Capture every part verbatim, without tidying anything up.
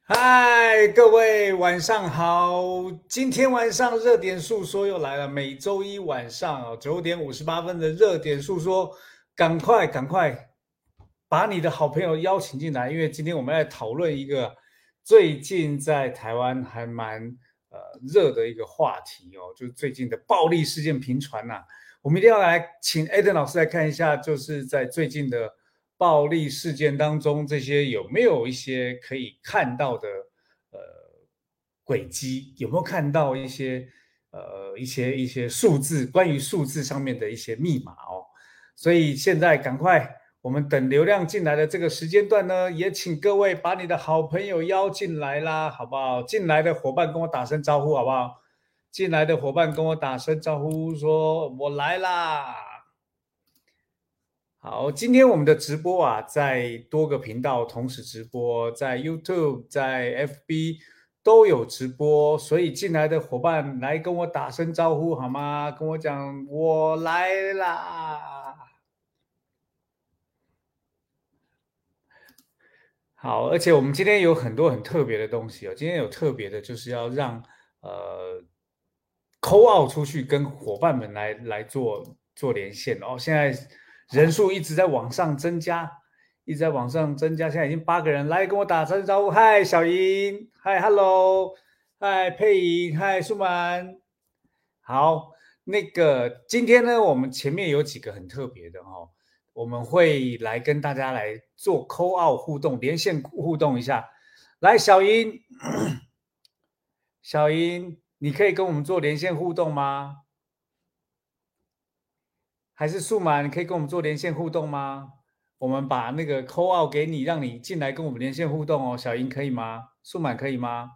嗨，各位晚上好！今天晚上热点述说又来了，每周一晚上哦九点五十八分的热点述说，赶快赶快把你的好朋友邀请进来，因为今天我们来讨论一个最近在台湾还蛮呃热的一个话题哦，就是最近的暴力事件频传呐、我们一定要来请 Eden 老师来看一下，就是在最近的暴力事件当中，这些有没有一些可以看到的呃轨迹？有没有看到一些呃一些一些数字，关于数字上面的一些密码哦？所以现在赶快，我们等流量进来的这个时间段呢，也请各位把你的好朋友邀进来啦，好不好？进来的伙伴跟我打声招呼，好不好？进来的伙伴跟我打声招呼，说我来啦。好，今天我们的直播啊，在多个频道同时直播，在 YouTube、在 F B 都有直播，所以进来的伙伴来跟我打声招呼好吗？跟我讲我来啦。好，而且我们今天有很多很特别的东西哦。今天有特别的，就是要让呃 call out 出去跟伙伴们来来做做连线哦。现在人数一直在往上增加，一直在往上增加，现在已经八个人，来跟我打声招呼，嗨，小莹，嗨，hello，嗨，佩莹，嗨，舒曼，好，那个今天呢，我们前面有几个很特别的哦，我们会来跟大家来做 call out 互动，连线互动一下。来，小英，小英，你可以跟我们做连线互动吗？还是数码，你可以跟我们做连线互动吗？我们把那个 call out 给你，让你进来跟我们连线互动哦。小英可以吗？数码可以吗？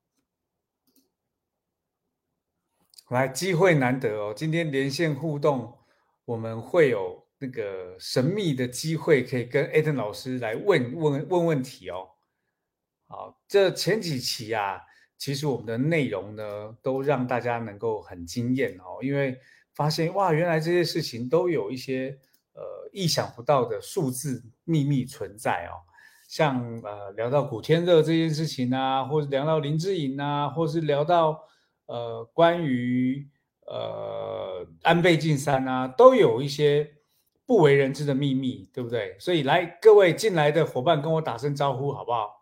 来，机会难得哦，今天连线互动，我们会有那个神秘的机会，可以跟 Aton 老师来问问问问题哦。好，这前几期啊，其实我们的内容呢，都让大家能够很惊艳哦，因为发现哇，原来这些事情都有一些呃意想不到的数字秘密存在哦。像呃聊到古天乐这件事情啊，或者聊到林志颖啊，或是聊到呃关于呃安倍晋三啊，都有一些不为人知的秘密，对不对？所以来各位进来的伙伴，跟我打声招呼好不好？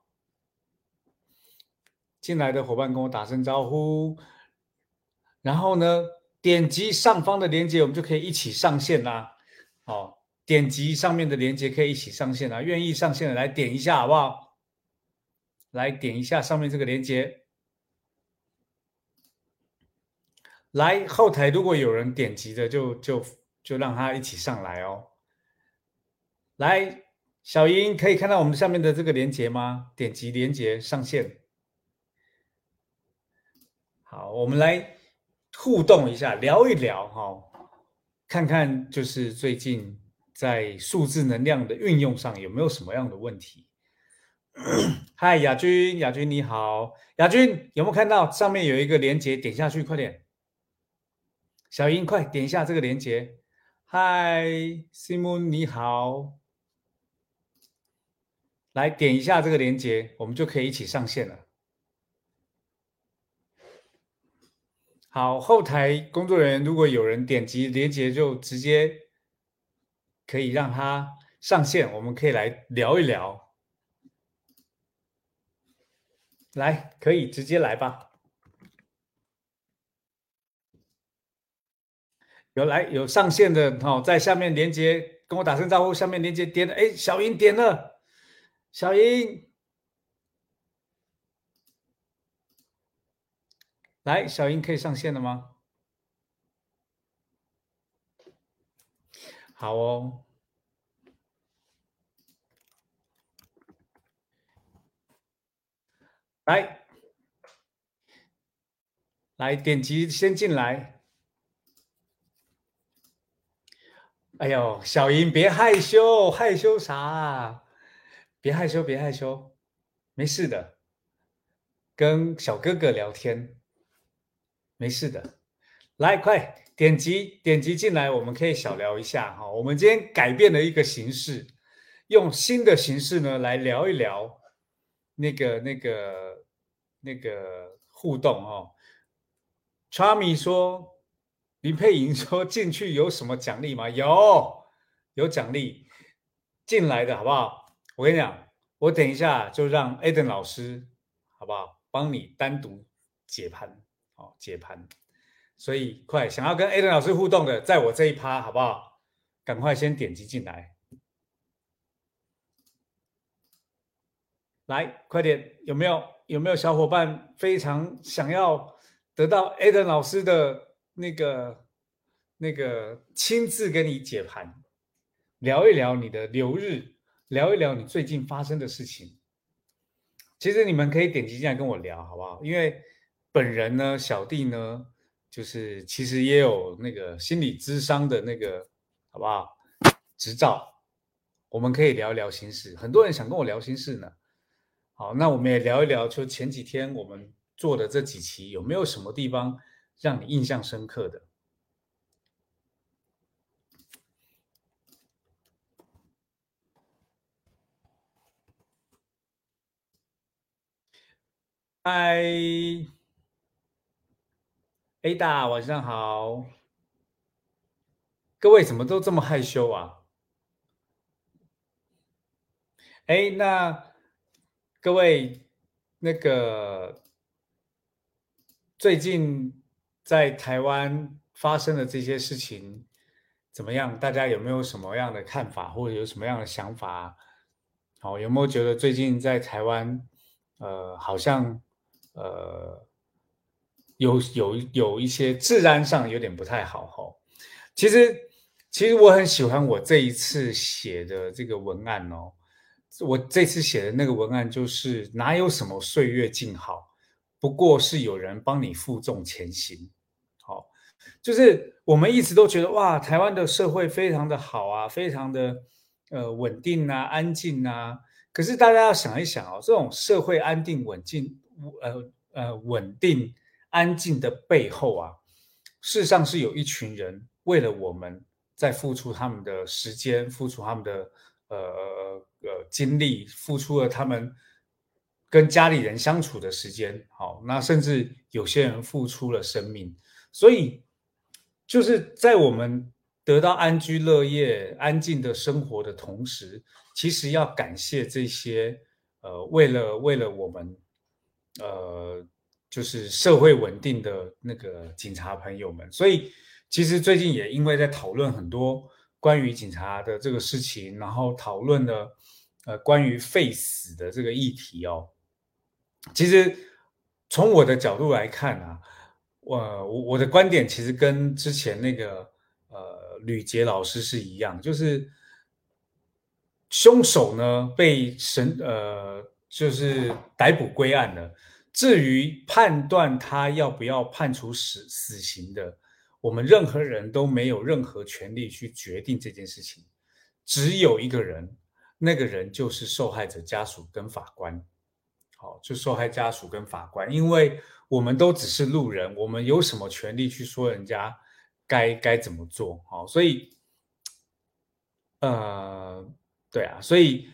进来的伙伴跟我打声招呼，然后呢，点击上方的链接，我们就可以一起上线啦。哦，点击上面的链接可以一起上线啦。愿意上线的来点一下好不好？来点一下上面这个链接。来后台如果有人点击的就，就就让他一起上来哦。来，小英可以看到我们下面的这个链接吗？点击链接上线。好，我们来互动一下，聊一聊哈、哦，看看就是最近在数字能量的运用上有没有什么样的问题。嗨，亚军，亚军你好，亚军有没有看到上面有一个连接？点下去，快点。小英，快点一下这个连接。嗨，Simon 你好，来点一下这个连接，我们就可以一起上线了。好，后台工作人员如果有人点击连接，就直接可以让他上线，我们可以来聊一聊。来，可以直接来吧。有来有上线的哦，在下面连接跟我打声招呼。下面连接点了，哎，小英点了，小英来，小英可以上线了吗？好哦，来来点击先进来。哎呦，小英别害羞，害羞啥啊？别害羞，别害羞，没事的，跟小哥哥聊天，没事的。来，快点击点击进来，我们可以小聊一下哈。我们今天改变了一个形式，用新的形式呢来聊一聊那个那个那个互动哦。Charmy 说，林佩莹说进去有什么奖励吗？有，有奖励，进来的好不好？我跟你讲，我等一下就让 Eden 老师好不好帮你单独解盘，哦，解盘。所以快想要跟 Eden 老师互动的，在我这一趴好不好？赶快先点击进来。来，快点，有没有有没有小伙伴非常想要得到 Eden 老师的那个那个亲自跟你解盘，聊一聊你的流日，聊一聊你最近发生的事情。其实你们可以点击进来跟我聊，好不好？因为本人呢，小弟呢，就是其实也有那个心理咨商的那个，好不好？执照，我们可以聊一聊心事。很多人想跟我聊心事呢。好，那我们也聊一聊，就前几天我们做的这几期，有没有什么地方让你印象深刻的？嗨，Ada，晚上好。各位怎么都这么害羞啊？哎，那各位那个最近在台湾发生的这些事情怎么样？大家有没有什么样的看法，或者有什么样的想法？好，有没有觉得最近在台湾，呃，好像呃有有有一些治安上有点不太好哈？其实其实我很喜欢我这一次写的这个文案哦。我这次写的那个文案就是哪有什么岁月静好，不过是有人帮你负重前行。好，就是我们一直都觉得哇，台湾的社会非常的好啊，非常的呃稳定啊，安静啊。可是大家要想一想哦，这种社会安定、稳定、呃呃稳定、安静的背后啊，事实上是有一群人为了我们在付出他们的时间，付出他们的呃呃精力，付出了他们跟家里人相处的时间。好，那甚至有些人付出了生命。所以就是在我们得到安居乐业、安静的生活的同时，其实要感谢这些呃，为了为了我们呃，就是社会稳定的那个警察朋友们。所以其实最近也因为在讨论很多关于警察的这个事情，然后讨论了呃关于废死的这个议题哦。其实从我的角度来看啊，我我我的观点其实跟之前那个呃吕杰老师是一样，就是凶手呢被审呃就是逮捕归案了。至于判断他要不要判处死死刑的，我们任何人都没有任何权利去决定这件事情，只有一个人，那个人就是受害者家属跟法官。好，就受害家属跟法官，因为我们都只是路人，我们有什么权利去说人家该该怎么做？好，所以呃，对啊，所以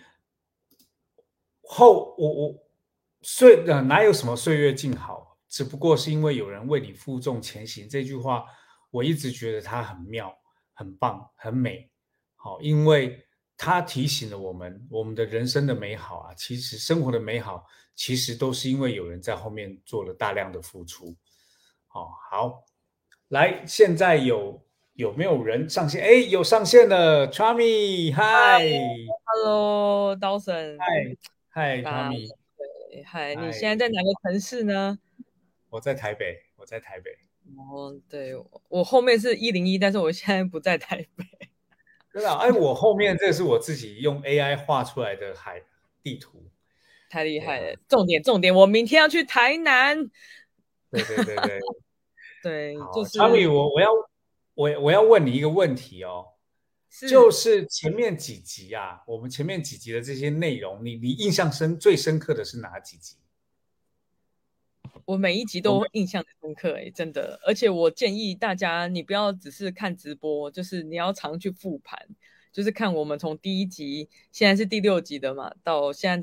后我我岁呃哪有什么岁月静好，只不过是因为有人为你负重前行。这句话我一直觉得它很妙、很棒、很美。好，因为它提醒了我们，我们的人生的美好啊，其实生活的美好，其实都是因为有人在后面做了大量的付出。好，好，来，现在有有没有人上线？哎，有上线了 c h a r m y 嗨 Hello，刀神， 嗨嗨 c h a r 大 m y 对，嗨，你现在嗨， 在哪个城市呢？ 我在台北，我在台北。 哦，对，我后面是一零一，但是我现在不在台北， 真的啊，哎，我后面这是我自己用 A I 画出来的海地图。 太厉对啊， 害了。重点重点，我明天要去台南。 对对对对， 对，就好 c h a r m y 是我我要我我要问你一个问题哦。就是是前面几集啊，我们前面几集的这些内容，你你印象深最深刻的是哪几集？ 我每一集有没都印象深刻，哎，真的。而且我建议大家，你不要只是看直播，就是你要常去复盘，就是看我们从第一集，现在是第六集的嘛，到现在的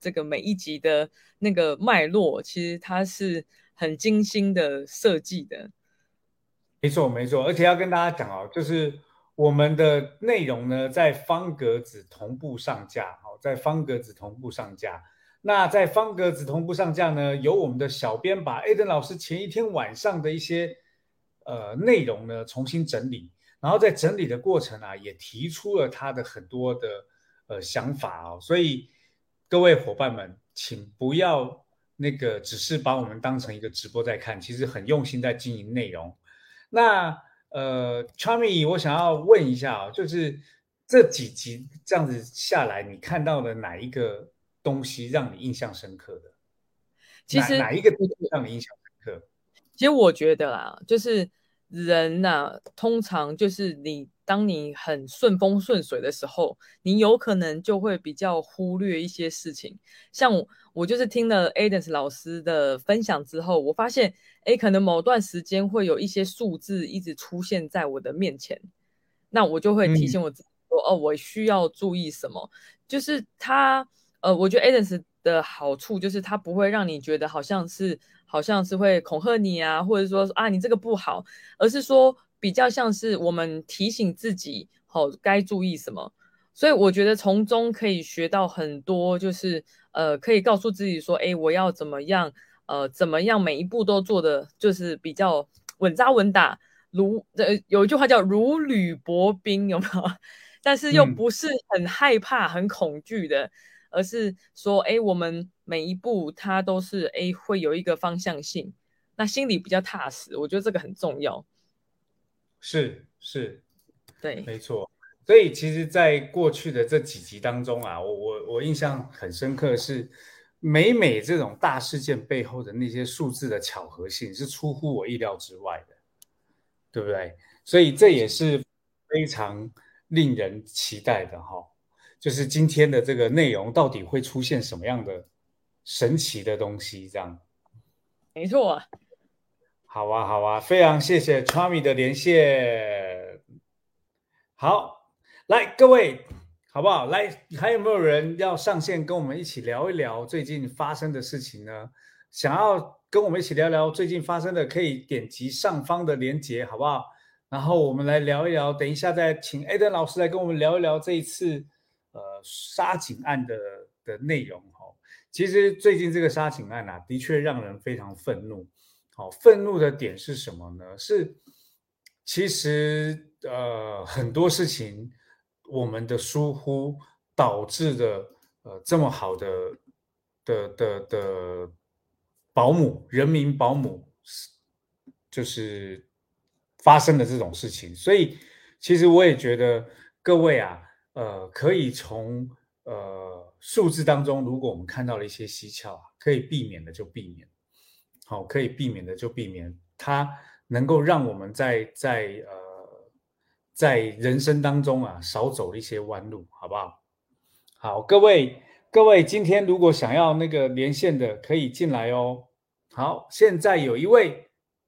这个每一集的那个脉络，其实它是很精心的设计的。 没错，没错，而且要跟大家讲哦，就是我们的内容呢，在方格子同步上架，好，在方格子同步上架。那在方格子同步上架呢，由我们的小编把 Aden 老师前一天晚上的一些呃内容呢重新整理，然后在整理的过程啊，也提出了他的很多的呃想法哦。所以各位伙伴们，请不要那个只是把我们当成一个直播在看，其实很用心在经营内容。那呃，Charmy，我想要问一下哦，就是这几集这样子下来，你看到的哪一个东西让你印象深刻的？ 其实哪哪一个让你印象深刻？ 其实我觉得啦，就是人呐、啊，通常就是你当你很顺风顺水的时候，你有可能就会比较忽略一些事情。像我，我就是听了 Aden 老师的分享之后，我发现，哎，可能某段时间会有一些数字一直出现在我的面前，那我就会提嗯， 醒我自己说，哦，我需要注意什么。就是他，呃，我觉得 Aden 的好处就是他不会让你觉得好像是好像是会恐吓你啊，或者说啊你这个不好，而是说比较像是我们提醒自己好、哦、该注意什么。所以我觉得从中可以学到很多，就是呃可以告诉自己说，哎，我要怎么样，呃怎么样每一步都做的就是比较稳扎稳打，如呃有一句话叫如履薄冰，有没有？但是又嗯， 不是很害怕、很恐惧的，而是说，哎，我们每一步它都是哎会有一个方向性，那心里比较踏实。我觉得这个很重要。 是是， 对， 没错。所以其实，在过去的这几集当中啊，我我我印象很深刻是，每每这种大事件背后的那些数字的巧合性是出乎我意料之外的。对不对？所以这没错。 也是非常令人期待的哈。就是今天的这个内容到底会出现什么样的神奇的东西？这样， 没错。 好啊，好啊，非常谢谢 Charmy 的连线。好，来各位，好不好？来，还有没有人要上线跟我们一起聊一聊最近发生的事情呢？想要跟我们一起聊聊最近发生的，可以点击上方的连结，好不好？然后我们来聊一聊，等一下再请 Aden 老师来跟我们聊一聊这一次呃杀警案的的内容哦。其实最近这个杀警案啊，的确让人非常愤怒。好，愤怒的点是什么呢？是其实呃很多事情我们的疏忽导致的呃这么好的的的的保姆人民保姆就是发生的这种事情，所以其实我也觉得各位啊，呃，可以从呃数字当中，如果我们看到了一些蹊跷啊，可以避免的就避免。好，可以避免的就避免，它能够让我们在在呃在人生当中啊少走一些弯路，好不好？好，各位各位，今天如果想要那个连线的，可以进来哦。好，现在有一位，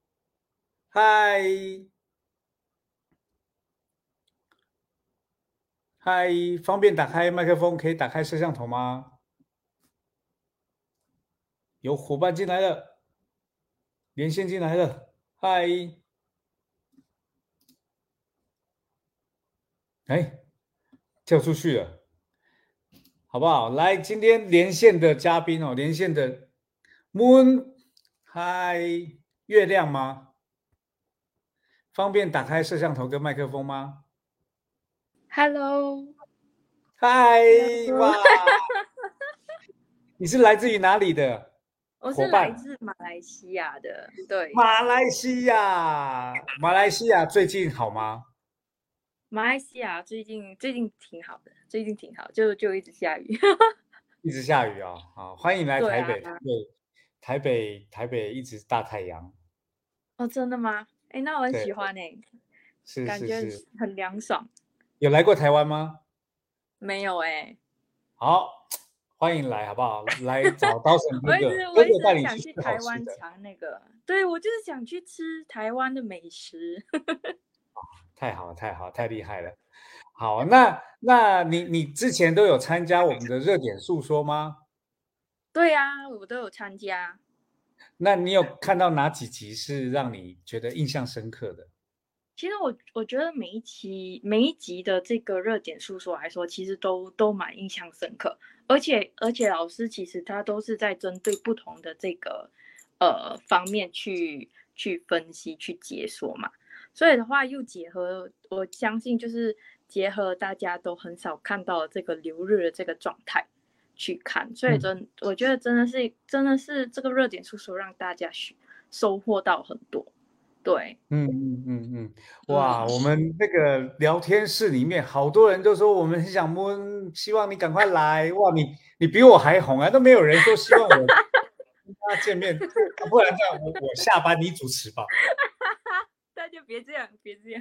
嗨嗨，方便打开麦克风，可以打开摄像头吗？有伙伴进来了，连线进来了，嗨，哎，跳出去了。好不好？来，今天连线的嘉宾哦，连线的 Moon，嗨，月亮吗？方便打开摄像头跟麦克风吗？ Hello， 嗨， Hello， 哇，你是来自于哪里的我是来伙伴？ 自马来西亚的，对， 马来西亚，马来西亚最近好吗？ 马来西亚最近最近挺好的，最近挺好，就就一直下雨。 一直下雨啊、好，欢迎来对啊， 台北，台北，台北，台北一直大太阳。 哦，真的吗？哎，那我很对， 喜欢哎， 是感觉是是， 很凉爽。 有来过台湾吗？ 没有哎， 好，欢迎来，好不好？来找刀神哥哥， 我一直哥哥我一直很带你去吃想去台好吃的。 湾尝那个，对我就是想去吃台湾的美食。 太好了，太好了，太厉害了。好，那那你你之前都有参加我们的热点诉说吗？ 对啊，我都有参加。 那你有看到哪几集是让你觉得印象深刻的？ 其实我我觉得每一期每一集的这个热点诉说来说，其实都都蛮印象深刻，而且而且老师其实他都是在针对不同的这个呃方面去去分析去解说嘛，所以的话又结合，我相信就是结合大家都很少看到的这个流日的这个状态去看，所以真、嗯、我觉得真的是真的是这个热点诉说让大家收获到很多。对， 嗯嗯嗯嗯，哇，嗯、我们那个聊天室里面好多人都说我们很想摸，希望你赶快来。哇，你你比我还红啊，都没有人说希望我跟他见面，不然这样我我下班你主持吧。 大家别这样，别这样。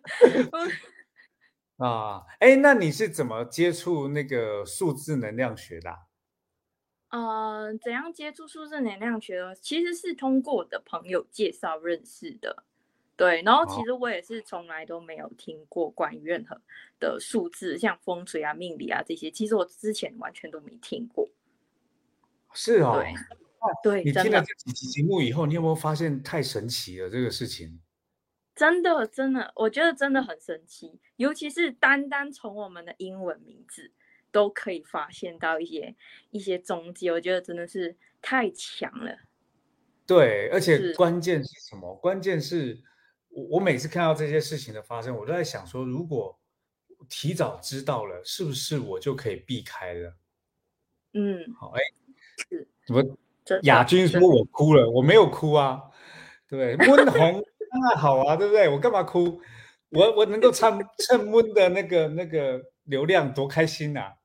啊，哎，那你是怎么接触那个数字能量学的、啊？ 呃，怎样接触数字能量学呢？其实是通过我的朋友介绍认识的，对。然后其实我也是从来都没有听过关于任何的数字，像风水啊、命理啊这些，其实我之前完全都没听过。 是哦， 对，对， 你听了这几期节目以后，你有没有发现太神奇了这个事情？ 真的，真的，我觉得真的很神奇，尤其是单单从我们的英文名字。都可以发现到一些一些踪迹，我觉得真的是太强了。 对，而且关键是什么？关键是我我每次看到这些事情的发生，我都在想说，如果提早知道了，是不是我就可以避开了？ 嗯， 好，哎， 是怎么亚军说我哭了？我没有哭啊，对，闷红当然好啊，对不对？我干嘛哭？我我能够蹭蹭闷的那个那个流量，多开心啊！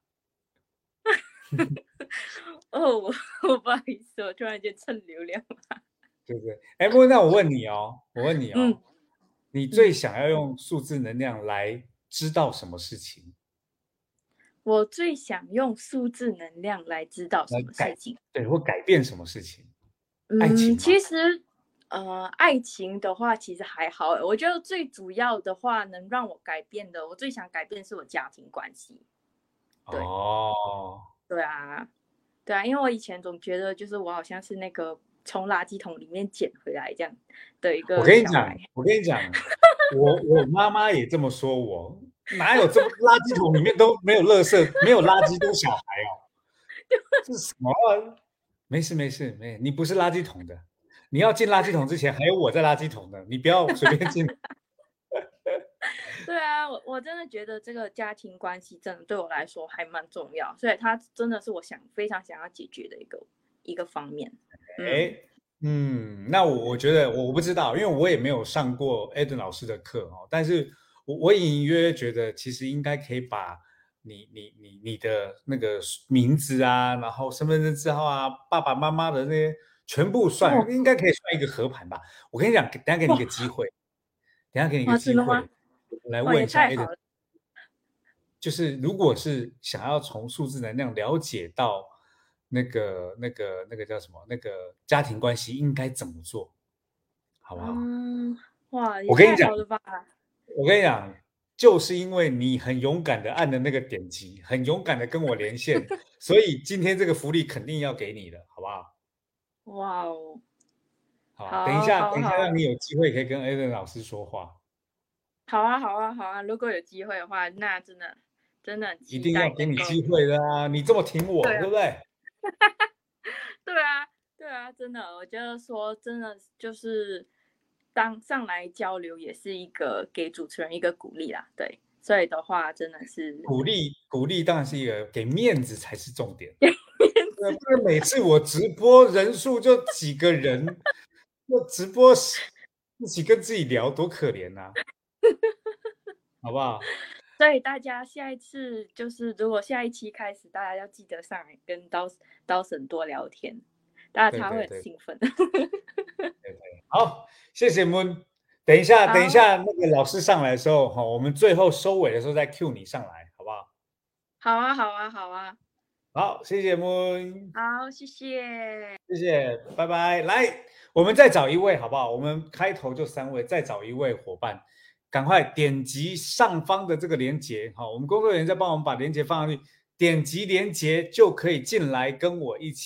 哦，我我不好意思，我突然间蹭流量嘛， 对不对？哎，不，那我问你哦，我问你哦，嗯、你最想要用数字能量来知道什么事情？ 我最想用数字能量来知道什么事情？ 对，或改变什么事情？ 嗯， 爱情吗？ 其实，呃，爱情的话其实还好，我觉得最主要的话能让我改变的，我最想改变是我家庭关系。对， 哦， 对啊。对啊，因为我以前总觉得就是我好像是那个从垃圾桶里面捡回来这样的一个小孩。 我跟你讲，我跟你讲，我我妈妈也这么说我，哪有这么垃圾桶里面都没有垃圾，没有垃圾都小孩哦，这是什么、啊？没事没事没，你不是垃圾桶的，你要进垃圾桶之前还有我在垃圾桶的，你不要随便进。 对啊，我我真的觉得这个家庭关系真的对我来说还蛮重要，所以它真的是我想非常想要解决的一个一个方面。 哎，嗯，那我我觉得我我不知道，因为我也没有上过 Eden 老师的课哦，但是我我隐隐约约觉得其实应该可以把你你你你的那个名字啊，然后身份证字号啊，爸爸妈妈的那些全部算，哦、应该可以算一个合盘吧。我跟你讲，等下给你一个机会，等下给你一个机会。来问一下 Eden， 就是如果是想要从数字能量了解到那个那个那个叫什么那个家庭关系应该怎么做，好不好？ 嗯，哇， 我跟你讲，我跟你讲，就是因为你很勇敢的按了那个点击，很勇敢的跟我连线，所以今天这个福利肯定要给你的，好不好？ 哇哦， 好，等一下，等一下，让你有机会可以跟 Eden 老师说话。 好啊，好啊，好啊！如果有机会的话，那真的真的很期待。 一定要给你机会的啊！你这么挺我，对, 啊、对不对？ 对啊，对啊，真的，我觉得说真的就是当上来交流也是一个给主持人一个鼓励啦。对，所以的话真的是鼓励，鼓励当然是一个给面子才是重点。不然每次我直播人数就几个人，我直播自己跟自己聊多可怜呐、啊，好不好？ 所以大家下一次就是如果下一期开始，大家要记得上来跟刀刀神多聊天，大家才会很兴奋。对对对对对，好，谢谢 Moon。等一下，等一下，那个老师上来的时候，哈，我们最后收尾的时候再 cue 你上来，好不好？ 好啊，好啊，好啊。 好，谢谢 Moon。 好，谢谢， 谢谢，拜拜。来，我们再找一位，好不好？我们开头就三位，再找一位伙伴。赶快点击上方的这个连结，好，我们工作人员再帮我们把连结放上去，点击连结就可以进来跟我一起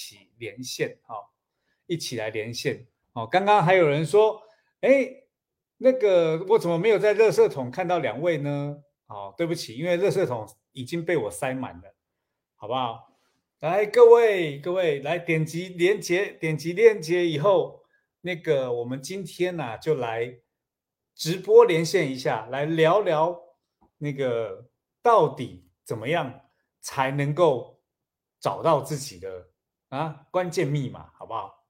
连线，哦，一起来连线。哦，刚刚还有人说，哎，那个我怎么没有在垃圾桶看到两位呢？哦，对不起，因为垃圾桶已经被我塞满了，好不好？来，各位各位，来点击连结，点击链接以后，那个我们今天呢、啊、就来直播连线一下，来聊聊那个到底怎么样才能够找到自己的啊关键密码，好不好？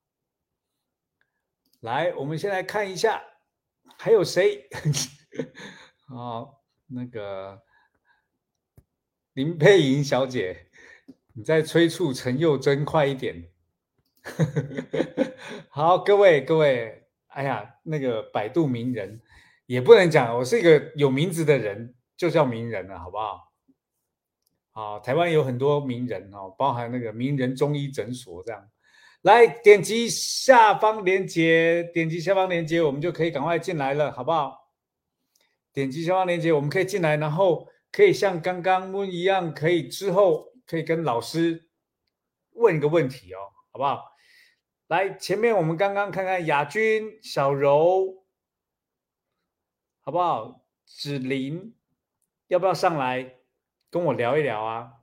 来，我们先来看一下，还有谁？哦，那个林佩莹小姐，你在催促陈佑贞快一点。好，各位各位，哎呀，那个百度名人也不能讲，我是一个有名字的人，就叫名人了，好不好？好，台湾有很多名人哦，包含那个名人中医诊所这样。来，点击下方链接，点击下方链接，我们就可以赶快进来了，好不好？点击下方链接，我们可以进来，然后可以像刚刚问一样，可以之后可以跟老师问一个问题哦，好不好？来，前面我们刚刚看看雅君、小柔，好不好？芷玲，要不要上来跟我聊一聊啊？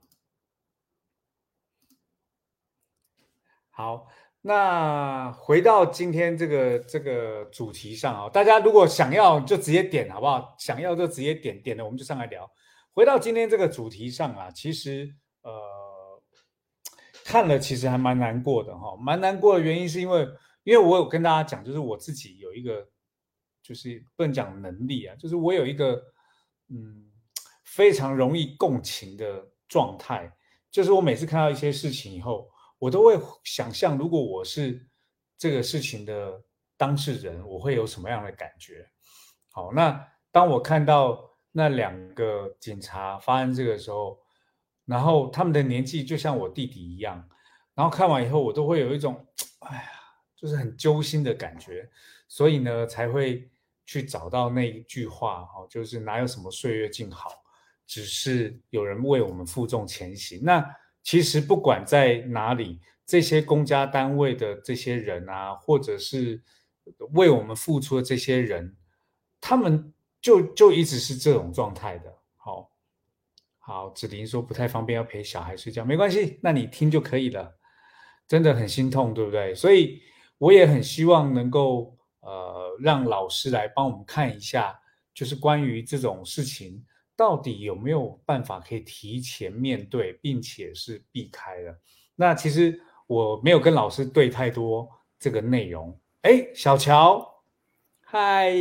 好，那回到今天这个这个主题上啊，大家如果想要就直接点，好不好？想要就直接点，点了我们就上来聊。回到今天这个主题上啊，其实呃看了其实还蛮难过的哈，蛮难过的原因是因为因为我有跟大家讲，就是我自己有一个就是不能讲能力啊，就是我有一个嗯非常容易共情的状态，就是我每次看到一些事情以后。我都会想象，如果我是这个事情的当事人，我会有什么样的感觉？好，那当我看到那两个警察发生这个时候，然后他们的年纪就像我弟弟一样，然后看完以后，我都会有一种，哎呀，就是很揪心的感觉，所以呢，才会去找到那一句话，哈，就是哪有什么岁月静好，只是有人为我们负重前行。那其实不管在哪里，这些公家单位的这些人啊，或者是为我们付出的这些人，他们就就一直是这种状态的。好，好，子琳说不太方便，要陪小孩睡觉，没关系，那你听就可以了。真的很心痛，对不对？所以我也很希望能够呃让老师来帮我们看一下，就是关于这种事情。到底有没有办法可以提前面对，并且是避开的？那其实我没有跟老师对太多这个内容。哎，小乔，嗨，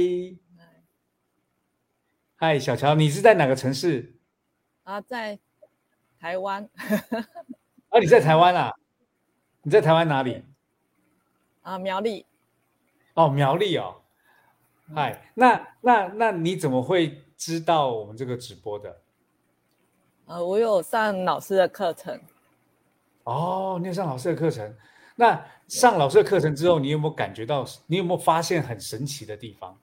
嗨，小乔，你是在哪个城市？ 啊，在台湾。 啊，你在台湾啊？你在台湾哪里？ 啊，苗栗。 哦，苗栗哦。嗨，那那那你怎么会知道我们这个直播的？ 呃，我有上老师的课程。 哦，你有上老师的课程。那上老师的课程之后，你有没有感觉到，你有没有发现很神奇的地方？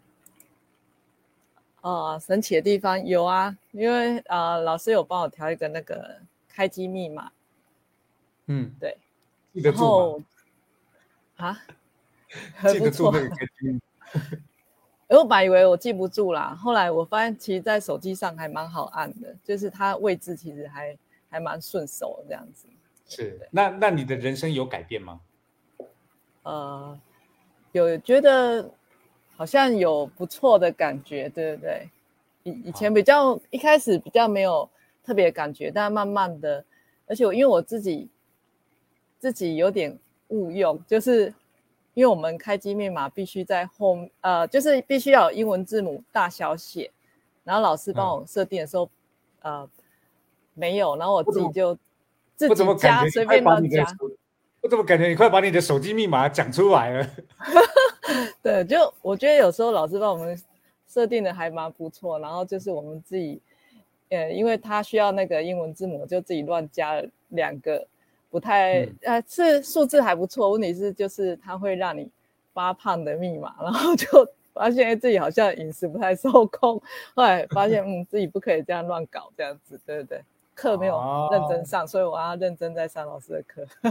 呃，神奇的地方有啊，因为呃，老师有帮我调一个那个开机密码。 嗯， 对。 记得住吗？ 啊？ 记得住那个开机密码。 我本来以为我记不住啦，后来我发现其实在手机上还蛮好按的，就是它位置其实还还蛮顺手这样子。 是，那那你的人生有改变吗？ 呃，有觉得好像有不错的感觉，对不对？以以前比较一开始比较没有特别感觉，但慢慢的，而且因为我自己自己有点误用，就是因为我们开机密码必须在后呃，就是必须要有英文字母大小写，然后老师帮我设定的时候，嗯、呃没有，然后我自己就自己加，随便乱加。 我怎么感觉你快把你的手机密码讲出来了？ 对，就我觉得有时候老师帮我们设定的还蛮不错，然后就是我们自己，呃，因为他需要那个英文字母，就自己乱加了两个，不太、嗯、呃是数字还不错，问题是就是它会让你发胖的密码，然后就发现自己好像饮食不太受控，后来发现嗯自己不可以这样乱搞这样子，对不对？课没有认真上、哦、所以我要认真在上老师的课。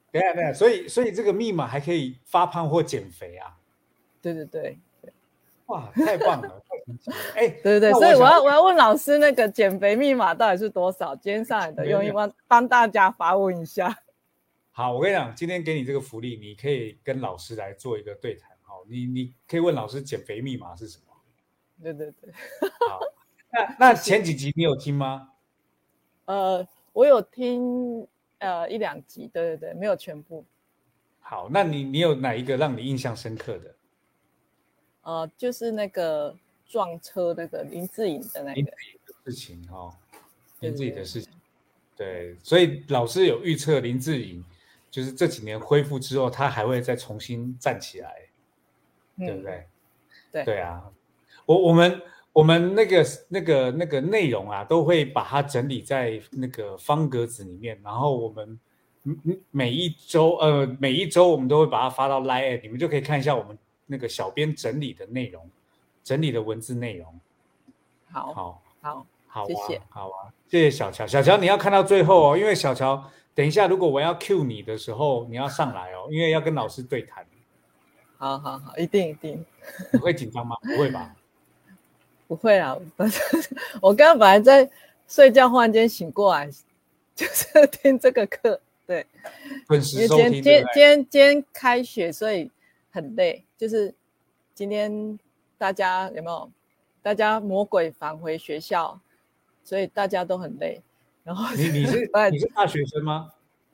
等一下等一下，所以所以这个密码还可以发胖或减肥啊？ 对对对， 哇，太棒了，太神奇了！哎， 对对对， 那所以我想要我要问老师那个减肥密码到底是多少？今天上来的用意帮帮大家发问一下。 好，我跟你讲，今天给你这个福利，你可以跟老师来做一个对谈。好，你你可以问老师减肥密码是什么？ 对对对。 好，那那前几集你有听吗？ 呃，我有听呃一两集，对对对，没有全部。 好，那你你有哪一个让你印象深刻的？ 呃，就是那个撞车那个林志颖的那个林志颖的事情哦，林志颖的事情， 对, 对, 对，所以老师有预测林志颖就是这几年恢复之后，他还会再重新站起来，嗯、对不对？ 对对啊，我我们我们那个那个那个内容啊，都会把它整理在那个方格子里面，然后我们每一周呃每一周我们都会把它发到 Line， 你们就可以看一下我们那个小编整理的内容，整理的文字内容。 好， 好， 好， 好、啊， 谢谢， 好啊，谢谢小乔。小乔，你要看到最后哦，因为小乔，等一下如果我要 cue 你的时候，你要上来哦，因为要跟老师对谈。 好好好，一定一定。 你会紧张吗？不会吧？ 不会啊，我刚刚本来在睡觉，忽然间醒过来，就是听这个课。对， 准时收听。 今天今天今天开学，所以很累。就是今天大家有没有？大家魔鬼返回学校，所以大家都很累。然后你你是你是大学生吗？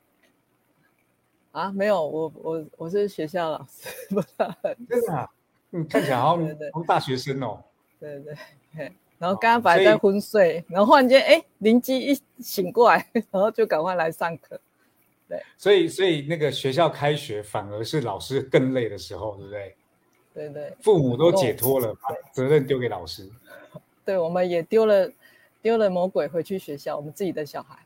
啊，没有，我我我是学校老师，不是。 真的啊？你看起来好像好像大学生哦。 对对对。然后刚刚本来在昏睡，然后忽然间哎，灵机一醒过来，然后就赶快来上课。对， 所以所以那个学校开学反而是老师更累的时候，对不对？ 对对， 父母都解脱了，把责任丢给老师。 对，我们也丢了丢了魔鬼回去学校，我们自己的小孩。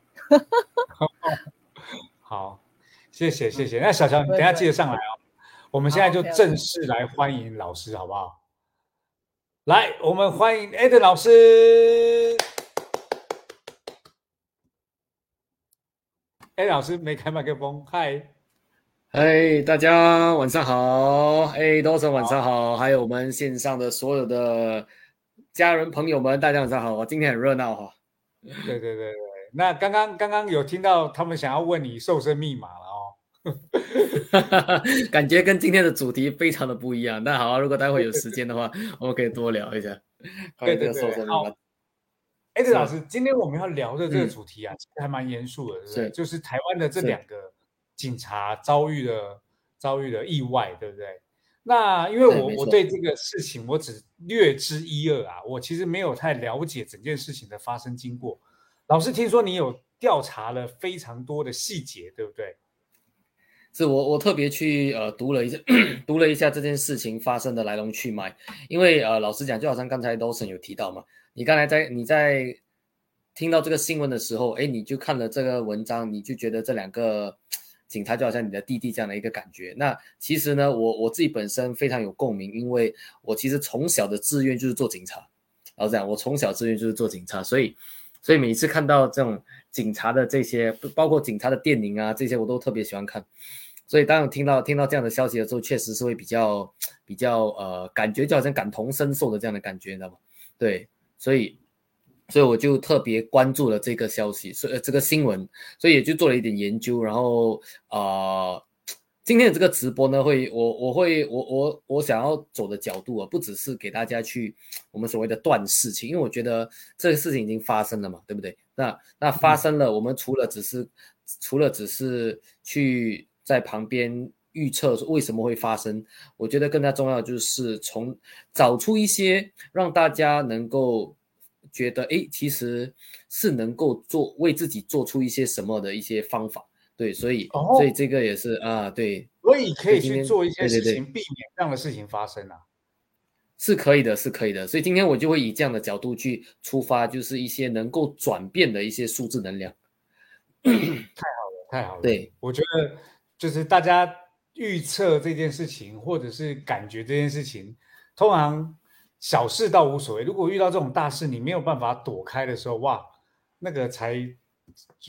好，谢谢谢谢。那小乔，你等一下记得上来哦。我们现在就正式来欢迎老师，好不好？来，我们欢迎 Eden 老师。Eden 老师没开麦克风，嗨。 嗨，大家晚上好！哎，多神晚上好，还有我们线上的所有的家人朋友们，大家晚上好！今天很热闹哈。 对对对对，那刚刚刚刚有听到他们想要问你瘦身密码了哦， 感觉跟今天的主题非常的不一样。那好，如果待会有时间的话，我们可以多聊一下。 对对对，好。哎，对，老师，今天我们要聊的这个主题啊，其实还蛮严肃的，对不对？就是台湾的这两个警察遭遇的遭遇的意外，对不对？那因为我我对这个事情我只略知一二啊，我其实没有太了解整件事情的发生经过。老师听说你有调查了非常多的细节，对不对？ 是我我特别去呃读了一下读了一下这件事情发生的来龙去脉，因为呃老实讲，就好像刚才 Dawson 有提到嘛，你刚才在你在听到这个新闻的时候，哎，你就看了这个文章，你就觉得这两个警察就好像你的弟弟这样的一个感觉。那其实呢，我我自己本身非常有共鸣，因为我其实从小的志愿就是做警察。然后这样，我从小志愿就是做警察，所以所以每一次看到这种警察的这些，包括警察的电影啊，这些我都特别喜欢看。所以当我听到听到这样的消息的时候，确实是会比较比较呃，感觉就好像感同身受的这样的感觉，你知道吗？对，所以所以我就特别关注了这个消息，所以这个新闻，所以也就做了一点研究，然后啊、呃，今天的这个直播呢，会我我会我我我想要走的角度啊，不只是给大家去我们所谓的断事情，因为我觉得这个事情已经发生了嘛，对不对？那那发生了，我们除了只是、嗯、除了只是去在旁边预测为什么会发生，我觉得更加重要的就是从找出一些让大家能够觉得诶其实是能够做为自己做出一些什么的一些方法。对，所以、哦、所以这个也是啊，对， 所以可以去做一些事情，对对对，避免这样的事情发生啊， 是可以的，是可以的。所以今天我就会以这样的角度去出发，就是一些能够转变的一些数字能量。 太好了，太好了。 对， 我觉得就是大家预测这件事情，或者是感觉这件事情，通常小事倒无所谓。如果遇到这种大事，你没有办法躲开的时候，哇，那个才就是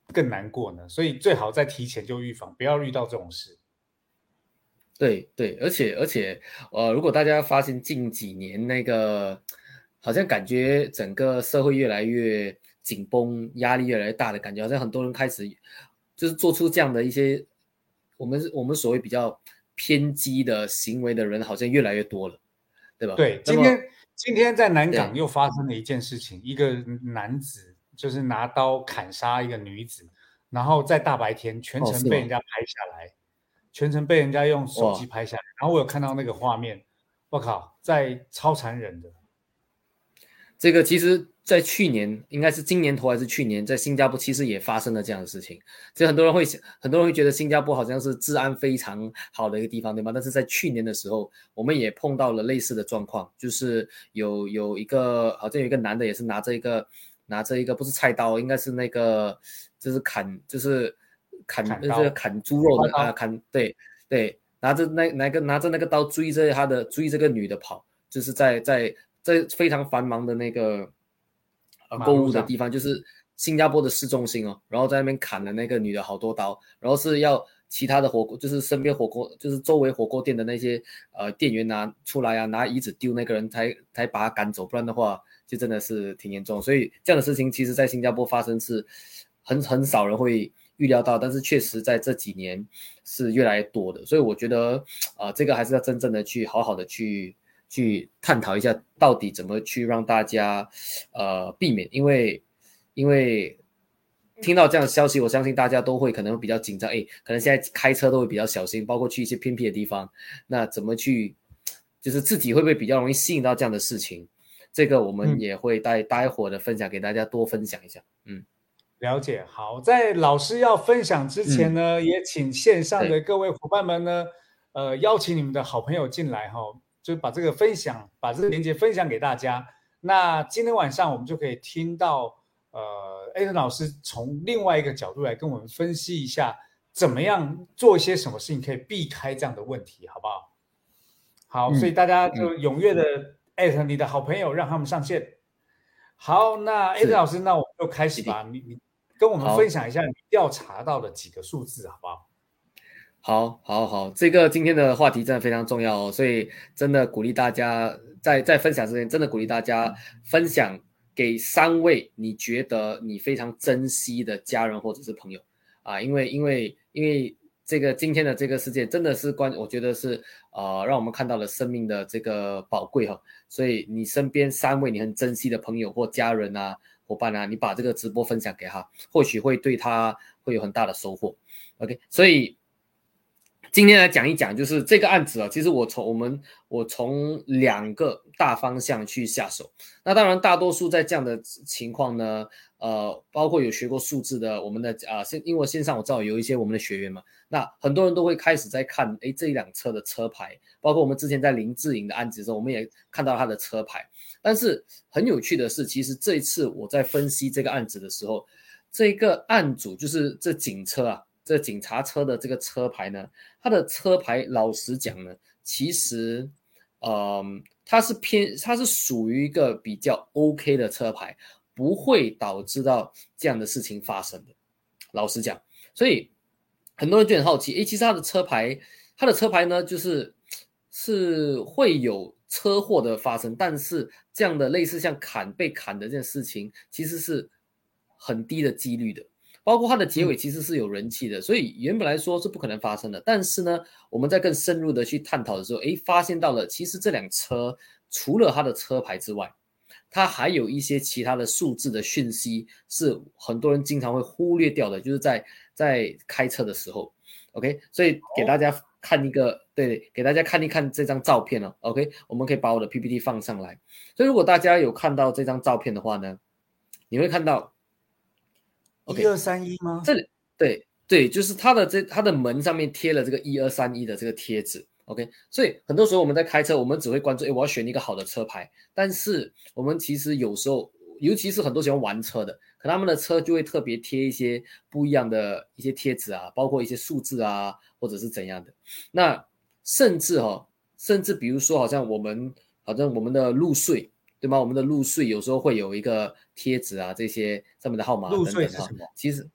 更难过呢？所以最好在提前就预防，不要遇到这种事。 对对，而且而且，呃，如果大家发现近几年那个，好像感觉整个社会越来越紧绷，压力越来越大的感觉，好像很多人开始就是做出这样的一些我们我们所谓比较偏激的行为的人，好像越来越多了，对吧？ 对，今天今天在南港又发生了一件事情，一个男子就是拿刀砍杀一个女子，然后在大白天全程被人家拍下来。哦全程被人家用手机拍下来，然后我有看到那个画面，我靠，在超残忍的。 这个其实，在去年应该是今年头还是去年，在新加坡其实也发生了这样的事情。所以很多人会很多人会觉得新加坡好像是治安非常好的一个地方，对吗？但是在去年的时候，我们也碰到了类似的状况，就是有有一个好像有一个男的也是拿着一个拿着一个不是菜刀，应该是那个就是砍就是。砍就是砍猪肉的啊，砍对对，拿着那那个拿着那个刀追着他的追这个女的跑，就是在在在非常繁忙的那个呃购物的地方，就是新加坡的市中心哦，然后在那边砍了那个女的好多刀，然后是要其他的火锅，就是身边火锅就是周围火锅店的那些呃店员拿出来啊，拿椅子丢那个人才才把他赶走，不然的话就真的是挺严重。所以这样的事情其实在新加坡发生是很很少人会预料到，但是确实在这几年是越来越多的，所以我觉得啊、呃，这个还是要真正的去好好的去去探讨一下，到底怎么去让大家呃避免，因为因为听到这样的消息，我相信大家都会可能会比较紧张，哎，可能现在开车都会比较小心，包括去一些偏僻的地方，那怎么去就是自己会不会比较容易吸引到这样的事情？这个我们也会待待会儿的分享给大家多分享一下，嗯。 了解，好，在老师要分享之前呢，嗯、也请线上的各位伙伴们呢，呃，邀请你们的好朋友进来哈、哦，就把这个分享，把这个链接分享给大家。那今天晚上我们就可以听到，呃，Aiden老师从另外一个角度来跟我们分析一下，怎么样做一些什么事情可以避开这样的问题，好不好？好，嗯、所以大家就踊跃的 at 你的好朋友，让他们上线。好，那 Aiden老师，那我们就开始吧，你你。跟我们分享一下你调查到的几个数字，好不好？ 好，好，好，这个今天的话题真的非常重要哦，所以真的鼓励大家在在分享之前，真的鼓励大家分享给三位你觉得你非常珍惜的家人或者是朋友啊，因为因为因为这个今天的这个世界真的是关，我觉得是呃让我们看到了生命的这个宝贵哈、哦，所以你身边三位你很珍惜的朋友或家人啊。伙伴啊，你把这个直播分享给他，或许会对他会有很大的收获。OK， 所以今天来讲一讲，就是这个案子啊，其实我从我们我从两个大方向去下手。那当然，大多数在这样的情况呢，呃，包括有学过数字的，我们的啊，线、呃、因为线上我知道有一些我们的学员嘛，那很多人都会开始在看，哎，这一辆车的车牌，包括我们之前在林志颖的案子的时候，我们也看到他的车牌。但是很有趣的是，其实这一次我在分析这个案子的时候，这个案主就是这警车啊，这警察车的这个车牌呢，它的车牌老实讲呢，其实，呃，它是偏，它是属于一个比较 OK 的车牌，不会导致到这样的事情发生的。老实讲，所以很多人就很好奇，诶，其实它的车牌，它的车牌呢，就是是会有车祸的发生，但是这样的类似像砍被砍的这件事情，其实是很低的几率的。包括它的结尾其实是有人气的，嗯、所以原本来说是不可能发生的。但是呢，我们在更深入的去探讨的时候，诶，发现到了其实这辆车除了它的车牌之外，它还有一些其他的数字的讯息是很多人经常会忽略掉的，就是在在开车的时候 ，OK， 所以给大家看一个，哦、对，给大家看一看这张照片哦 ，OK， 我们可以把我的 P P T 放上来。所以如果大家有看到这张照片的话呢，你会看到。 一二三一吗？ 这里对对，就是它的这它的门上面贴了这个一二三一的这个贴纸 ，OK。所以很多时候我们在开车，我们只会关注，哎，我要选一个好的车牌。但是我们其实有时候，尤其是很多喜欢玩车的，可能他们的车就会特别贴一些不一样的一些贴纸啊，包括一些数字啊，或者是怎样的。那甚至哈、哦，甚至比如说，好像我们好像我们的入税。对吗？我们的入税有时候会有一个贴纸啊，这些上面的号码等等哈。其实，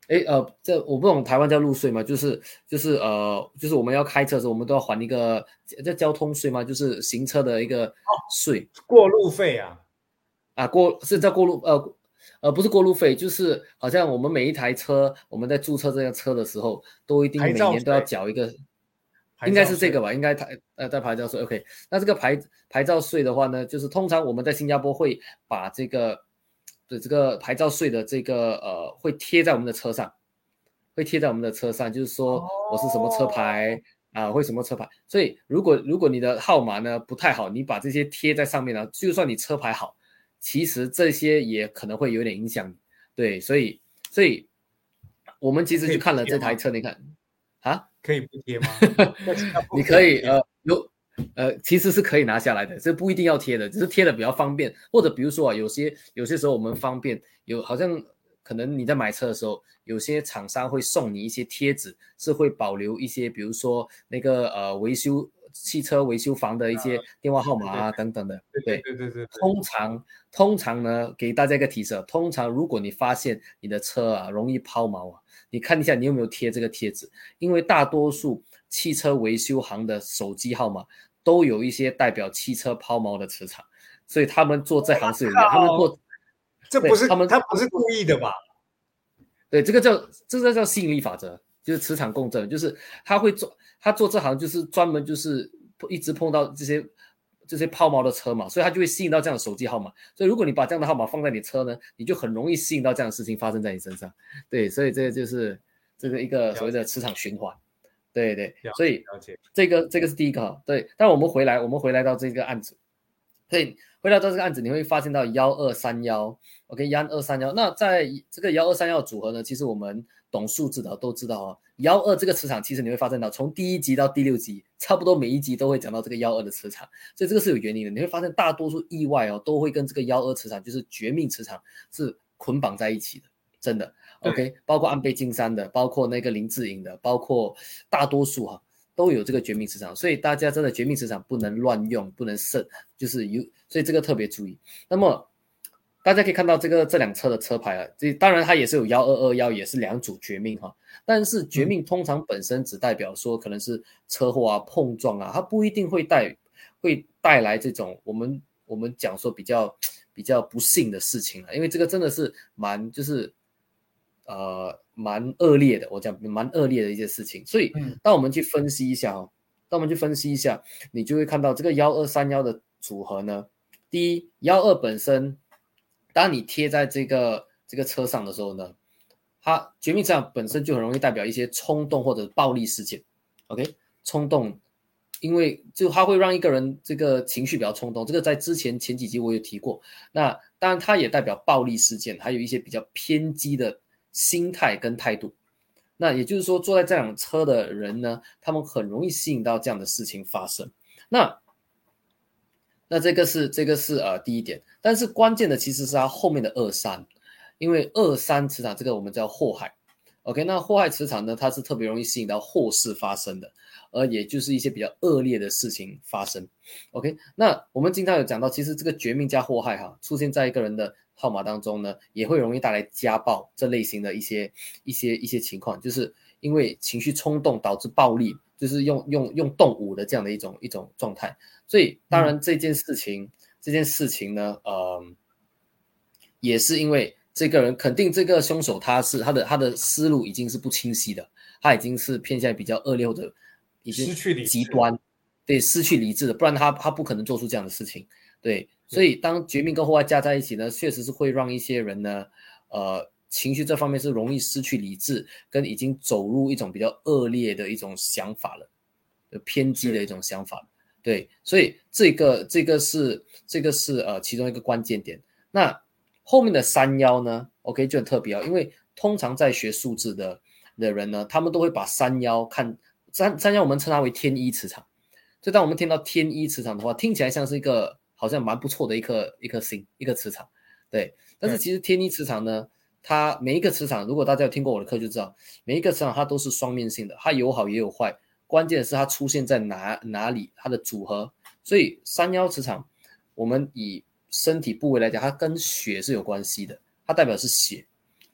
哎呃，这我不懂台湾叫路税吗？就是就是呃，就是我们要开车的时候，我们都要还一个叫交通税吗？就是行车的一个税过路费啊。 啊，过是叫过路呃呃不是过路费，就是好像我们每一台车，我们在注册这辆车的时候，都一定牌照每年都要税， 缴一个，应该牌照税。 是这个吧？应该台呃在牌照税 OK。那这个牌牌照税的话呢，就是通常我们在新加坡会把这个的这个牌照税的这个呃会贴在我们的车上。会贴在我们的车上，就是说我是什么车牌啊、呃，会什么车牌。所以如果如果你的号码呢不太好，你把这些贴在上面呢，就算你车牌好，其实这些也可能会有点影响。对，所以所以我们其实去看了这台车，你看啊， 可以不贴吗？ 你可以呃有呃其实是可以拿下来的，这不一定要贴的，只是贴的比较方便。或者比如说啊，有些有些时候我们方便有好像。可能你在买车的时候，有些厂商会送你一些贴纸，是会保留一些，比如说那个呃维修汽车维修房的一些电话号码啊、呃、等等的。 对对对对对。 通常通常呢，给大家一个提示，通常如果你发现你的车啊容易抛锚啊，你看一下你有没有贴这个贴纸，因为大多数汽车维修行的手机号码都有一些代表汽车抛锚的磁场，所以他们做这行是有用，他们做。 这不是他们他不是故意的吧？ 对，这个叫这个叫吸引力法则，就是磁场共振，就是他会做他做这行就是专门就是一直碰到这些这些抛锚的车嘛，所以他就会吸引到这样的手机号码。所以如果你把这样的号码放在你车呢，你就很容易吸引到这样的事情发生在你身上。对，所以这个就是这个一个所谓的磁场循环。对对，所以这个这个是第一个哈。对，但我们回来我们回来到这个案子。所以回到这个案子，你会发现到一二三一 OK 一二三一，那在这个一二三一组合呢，其实我们懂数字的都知道哦，一二这个磁场其实你会发现到从第一集到第六集差不多每一集都会讲到这个一二的磁场，所以这个是有原因的。你会发现大多数意外哦都会跟这个一二磁场就是绝命磁场是捆绑在一起的，真的 OK， 包括安倍晋三的，包括那个林志颖的，包括大多数哈、啊都有这个绝命磁场，所以大家真的绝命磁场不能乱用，不能慎，就是有，所以这个特别注意。那么大家可以看到这个这辆车的车牌啊，这当然它也是有一二二一，也是两组绝命哈。但是绝命通常本身只代表说可能是车祸啊、碰撞啊，它不一定会带会带来这种我们我们讲说比较比较不幸的事情啊，因为这个真的是蛮就是呃。蛮恶劣的，我讲蛮恶劣的一件事情，所以当我们去分析一下哦，当我们去分析一下，你就会看到这个一二三一的组合呢，第一一二本身，当你贴在这个这个车上的时候呢，它绝命磁场本身就很容易代表一些冲动或者暴力事件 ，OK， 冲动，因为就它会让一个人这个情绪比较冲动，这个在之前前几集我有提过，那当然它也代表暴力事件，还有一些比较偏激的心态跟态度，那也就是说坐在这辆车的人呢，他们很容易吸引到这样的事情发生。那那这个是这个是呃第一点，但是关键的其实是它后面的二三，因为二三磁场这个我们叫祸害 ，OK， 那祸害磁场呢，它是特别容易吸引到祸事发生的，而也就是一些比较恶劣的事情发生 ，OK， 那我们经常有讲到，其实这个绝命加祸害哈，出现在一个人的号码当中呢，也会容易带来家暴这类型的一些一些一些情况，就是因为情绪冲动导致暴力，就是用用用动武的这样的一种一种状态。所以当然这件事情、嗯、这件事情呢，呃，也是因为这个人肯定这个凶手他是他的他的思路已经是不清晰的，他已经是偏向比较恶劣或者已经极端，对，失去理智的，不然他他不可能做出这样的事情。对，所以当绝命跟祸害加在一起呢，确实是会让一些人呢，呃，情绪这方面是容易失去理智，跟已经走入一种比较恶劣的一种想法了，偏激的一种想法了。对，所以这个这个是这个是呃其中一个关键点。那后面的三幺呢 ，OK 就很特别哦，因为通常在学数字的的人呢，他们都会把三幺看三三幺，我们称它为天一磁场。所以当我们听到天一磁场的话，听起来像是一个好像蛮不错的一颗一颗星一个磁场，对。但是其实天一磁场呢，它每一个磁场，如果大家有听过我的课就知道，每一个磁场它都是双面性的，它有好也有坏。关键的是它出现在哪哪里，它的组合。所以三幺磁场，我们以身体部位来讲，它跟血是有关系的，它代表是血。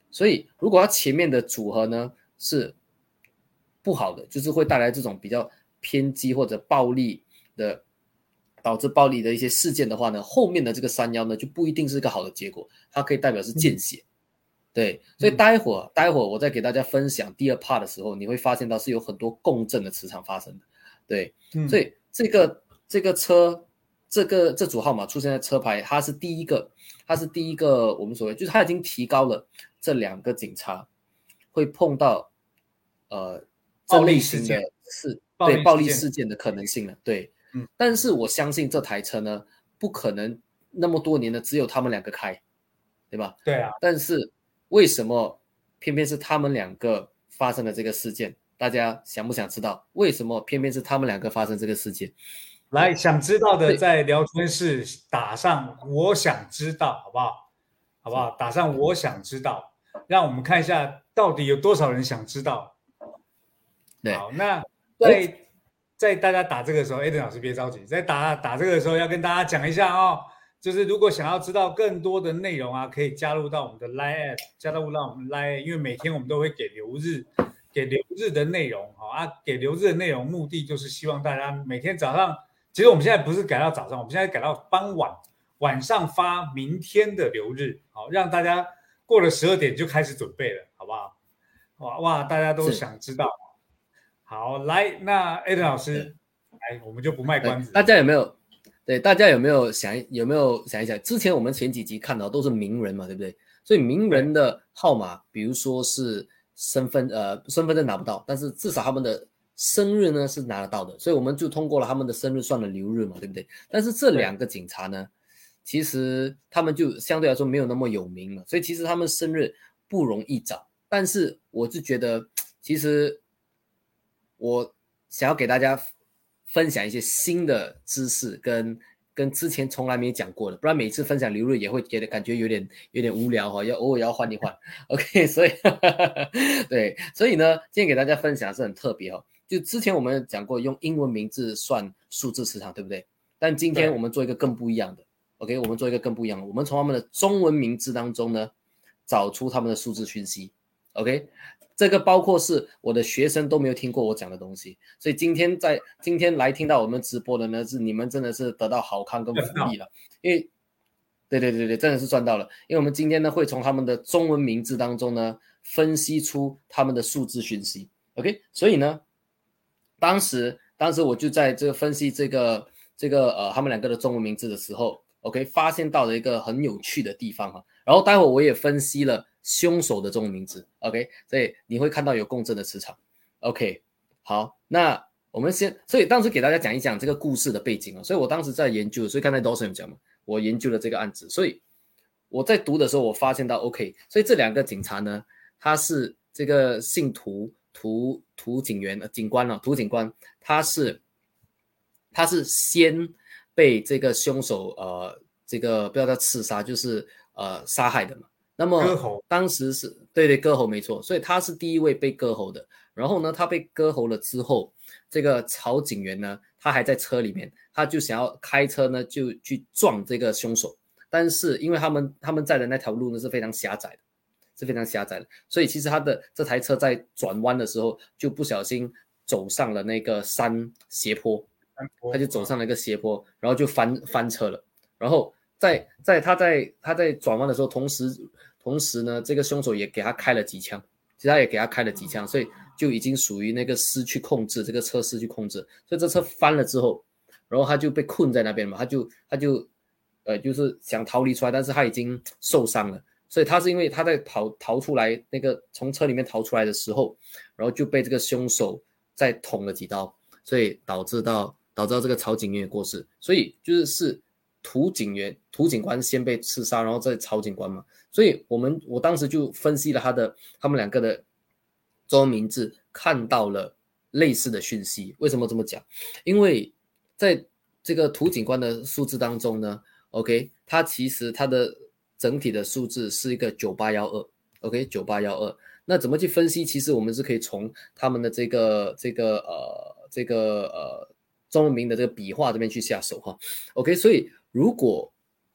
所以如果他前面的组合呢是不好的，就是会带来这种比较偏激或者暴力的，导致暴力的一些事件的话呢，后面的这个三幺呢就不一定是一个好的结果，它可以代表是见血。嗯对，所以待会儿、嗯、待会儿我再给大家分享第二 part 的时候，你会发现到是有很多共振的磁场发生的。对，嗯、所以这个这个车，这个这组号码出现在车牌，它是第一个，它是第一个我们所谓就是它已经提高了这两个警察会碰到呃暴力事件是对暴力事件的可能性了。对， 嗯， 但是我相信这台车呢，不可能那么多年的只有他们两个开，对吧？ 对啊， 但是为什么偏偏是他们两个发生了这个事件？大家想不想知道为什么偏偏是他们两个发生这个事件？ 来，想知道的在聊天室打上我想知道，好不好？好不好？打上我想知道，让我们看一下到底有多少人想知道。 对， 好，那在在大家打这个时候 ，Aiden 老师别着急，在打打这个的时候要跟大家讲一下哦。就是如果想要知道更多的内容啊，可以加入到我们的 Line， 加入到我们 Line， 因为每天我们都会给留日，给留日的内容，好啊，给留日的内容目的就是希望大家每天早上，其实我们现在不是改到早上，我们现在改到傍晚，晚上发明天的留日，好，让大家过了十二点就开始准备了，好不好？哇哇，大家都想知道。好，来，那 Aiden 老师，来，我们就不卖关子， 大家有没有？对，大家有没有想有没有想一想？之前我们前几集看到都是名人嘛，对不对？所以名人的号码，比如说是身份呃身份证拿不到，但是至少他们的生日呢是拿得到的，所以我们就通过了他们的生日算了流日嘛，对不对？但是这两个警察呢，其实他们就相对来说没有那么有名了，所以其实他们生日不容易找。但是我就觉得，其实我想要给大家分享一些新的知识跟跟之前从来没讲过的，不然每次分享流日也会觉得感觉有点有点无聊哈，要偶尔要换一换。OK， 所以对，所以呢，今天给大家分享是很特别哈。就之前我们讲过用英文名字算数字磁场，对不对？但今天我们做一个更不一样的 ，OK， 我们做一个更不一样的，我们从他们的中文名字当中呢，找出他们的数字讯息 ，OK。这个包括是我的学生都没有听过我讲的东西，所以今天在今天来听到我们直播的呢，是你们真的是得到好康跟福利了，因为对对对对，真的是赚到了，因为我们今天呢会从他们的中文名字当中呢分析出他们的数字讯息 ，OK， 所以呢，当时当时我就在这个分析这个这个呃他们两个的中文名字的时候 ，OK， 发现到了一个很有趣的地方哈，然后待会我也分析了凶手的中文名字 ，OK， 所以你会看到有共振的磁场 ，OK， 好，那我们先，所以当时给大家讲一讲这个故事的背景啊，所以我当时在研究，所以刚才 Dawson 有讲嘛，我研究了这个案子，所以我在读的时候，我发现到 OK， 所以这两个警察呢，他是这个姓涂涂涂警员警官啊，涂警官，他是他是先被这个凶手呃这个不要叫刺杀，就是呃杀害的嘛。那么当时是对对割喉没错，所以他是第一位被割喉的。然后呢，他被割喉了之后，这个曹警员呢，他还在车里面，他就想要开车呢，就去撞这个凶手。但是因为他们他们在的那条路呢是非常狭窄的，是非常狭窄的，所以其实他的这台车在转弯的时候就不小心走上了那个山斜坡，他就走上了一个斜坡，然后就翻翻车了。然后在在他在他在转弯的时候，同时同时呢，这个凶手也给他开了几枪，其实他也给他开了几枪，所以就已经属于那个失去控制，这个车失去控制，所以这车翻了之后，然后他就被困在那边嘛，他就他就呃就是想逃离出来，但是他已经受伤了，所以他是因为他在逃逃出来那个从车里面逃出来的时候，然后就被这个凶手再捅了几刀，所以导致到导致到这个曹警员过世，所以就是是涂警员涂警官先被刺杀，然后再曹警官嘛，所以我们我当时就分析了他的他们两个的中文名字，看到了类似的讯息。为什么这么讲？因为在这个涂警官的数字当中呢 ，OK， 它其实它的整体的数字是一个九八一二 ，OK， 九八一二。那怎么去分析？其实我们是可以从他们的这个这个呃这个呃中文名的这个笔画这边去下手哈。OK， 所以如果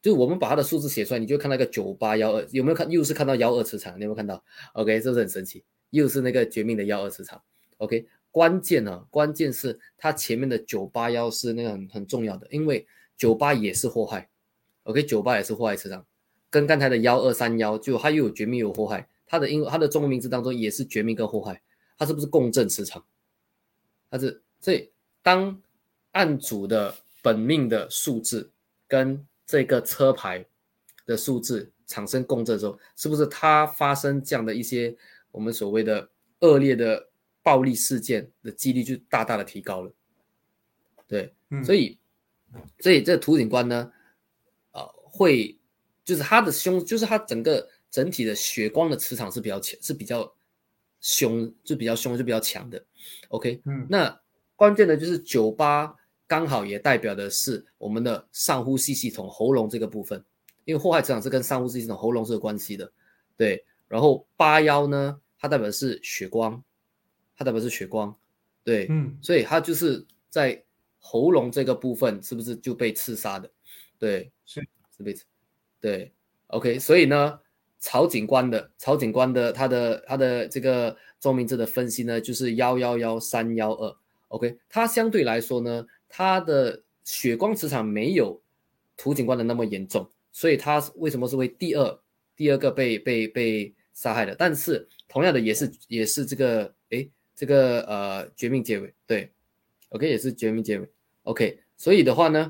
就是我们把它的数字写出来，你就看到一个九八一二，有没有看？又是看到一二磁场，你有没有看到 ？OK， 是不是很神奇？又是那个绝命的一二磁场。OK， 关键呢、啊，关键是它前面的九八一是那个很很重要的，因为九八也是祸害。OK， 九八也是祸害磁场，跟刚才的一二三一就它又有绝命又有祸害，它的英它的中文名字当中也是绝命跟祸害，它是不是共振磁场？它是，所以当案主的本命的数字跟这个车牌的数字产生共振的时候，是不是它发生这样的一些我们所谓的恶劣的暴力事件的几率就大大的提高了？对，嗯、所以所以这图景观呢，呃，会就是它的凶，就是它整个整体的血光的磁场是比较强，是比较凶，就比较凶，就比较强的。OK，嗯，那关键的就是九八。刚好也代表的是我们的上呼吸系统喉咙这个部分，因为祸害磁场是跟上呼吸系统喉咙是有关系的，对。然后八幺呢，它代表的是血光，它代表的是血光，对，嗯，所以它就是在喉咙这个部分是不是就被刺杀的？对，是是被刺，对 ，OK， 所以呢，曹警官的曹警官的他的他的这个中名字的分析呢，就是一一一三一二 ，OK， 它相对来说呢。他的血光磁场没有图景观的那么严重，所以他为什么是为第二第二个被被被杀害的？但是同样的也是也是这个诶这个呃绝命结尾，对 ，OK 也是绝命结尾 ，OK， 所以的话呢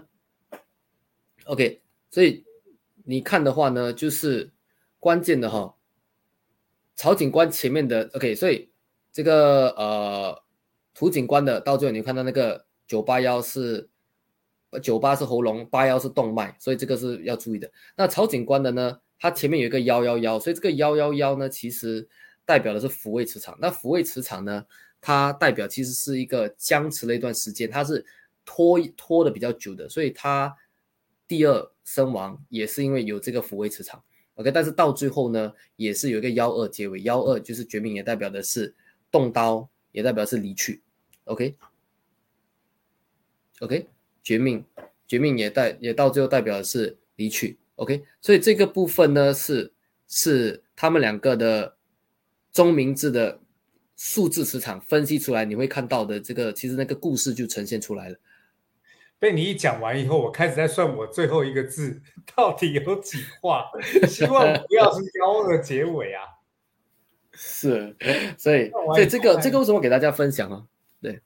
，OK， 所以你看的话呢，就是关键的哈，曹警官前面的 OK， 所以这个呃图景观的到最后你看到那个。九八一是九八是喉咙，八一是动脉，所以这个是要注意的。那曹警官的呢，它前面有一个一一一，所以这个一一一呢，其实代表的是抚慰磁场。那抚慰磁场呢，它代表其实是一个僵持了一段时间，它是拖拖的比较久的，所以它第二身亡也是因为有这个抚慰磁场。OK， 但是到最后呢，也是有一个一二结尾，一二就是绝命，也代表的是动刀，也代表的是离去。OK。OK， 绝命，绝命也代也到最后代表的是离去。OK， 所以这个部分呢是是他们两个的中名字的数字磁场分析出来，你会看到的这个其实那个故事就呈现出来了。 被你一讲完以后，我开始在算我最后一个字到底有几画，希望不要是幺二结尾啊。 是，所以所以这个这个为什么给大家分享啊？对。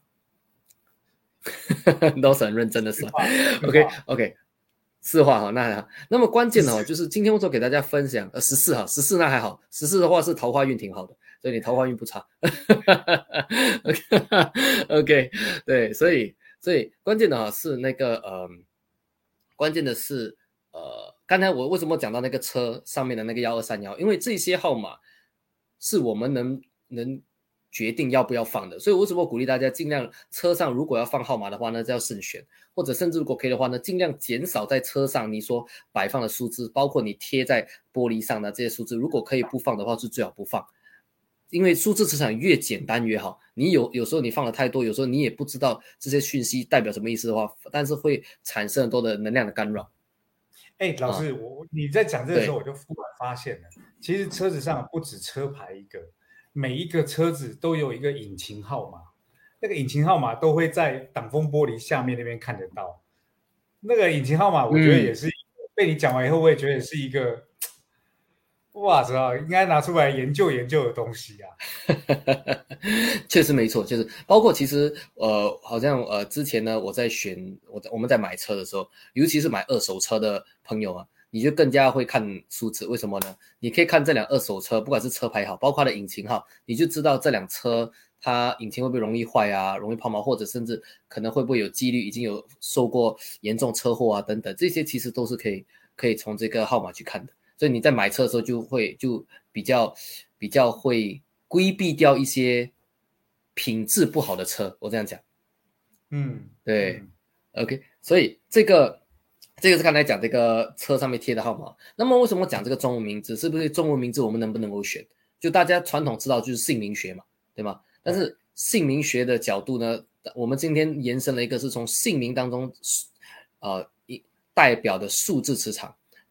都是很认真的算 ，OK OK， 四话哈，那还好。那么关键的哦，就是今天我所给大家分享，呃，十四哈，十四那还好，十四的话是桃花运挺好的，所以你桃花运不差。OK OK， 对，所以所以关键的哈是那个呃，关键的是呃，刚才我为什么讲到那个车上面的那个一二三一，因为这些号码是我们能能。决定要不要放的，所以为什么鼓励大家尽量车上如果要放号码的话呢，就要慎选，或者甚至如果可以的话呢，尽量减少在车上你所摆放的数字，包括你贴在玻璃上的这些数字，如果可以不放的话，是最好不放，因为数字磁场越简单越好。你有有时候你放的太多，有时候你也不知道这些讯息代表什么意思的话，但是会产生很多的能量的干扰。 哎，老师，啊、我你在讲这个时候，我就忽然发现了，其实车子上不止车牌一个。每一个车子都有一个引擎号码，那个引擎号码都会在挡风玻璃下面那边看得到。那个引擎号码，我觉得也是、嗯、被你讲完以后，我也觉得是一个，哇，知道应该拿出来研究研究的东西啊。 确实没错，就是包括其实呃，好像呃之前呢，我在选我我们在买车的时候，尤其是买二手车的朋友啊。你就更加会看数字，为什么呢？你可以看这辆二手车，不管是车牌号，包括它的引擎号，你就知道这辆车它引擎会不会容易坏啊，容易抛锚，或者甚至可能会不会有几率已经有受过严重车祸啊等等，这些其实都是可以可以从这个号码去看的。所以你在买车的时候就会就比较比较会规避掉一些品质不好的车，我这样讲。 嗯， 对、嗯、，OK， 所以这个。这个是刚才讲这个车上面贴的号码，那么为什么讲这个中文名字？是不是中文名字我们能不能够选？就大家传统知道就是姓名学嘛，对吗？但是姓名学的角度呢，我们今天延伸了一个是从姓名当中，呃，代表的数字磁场，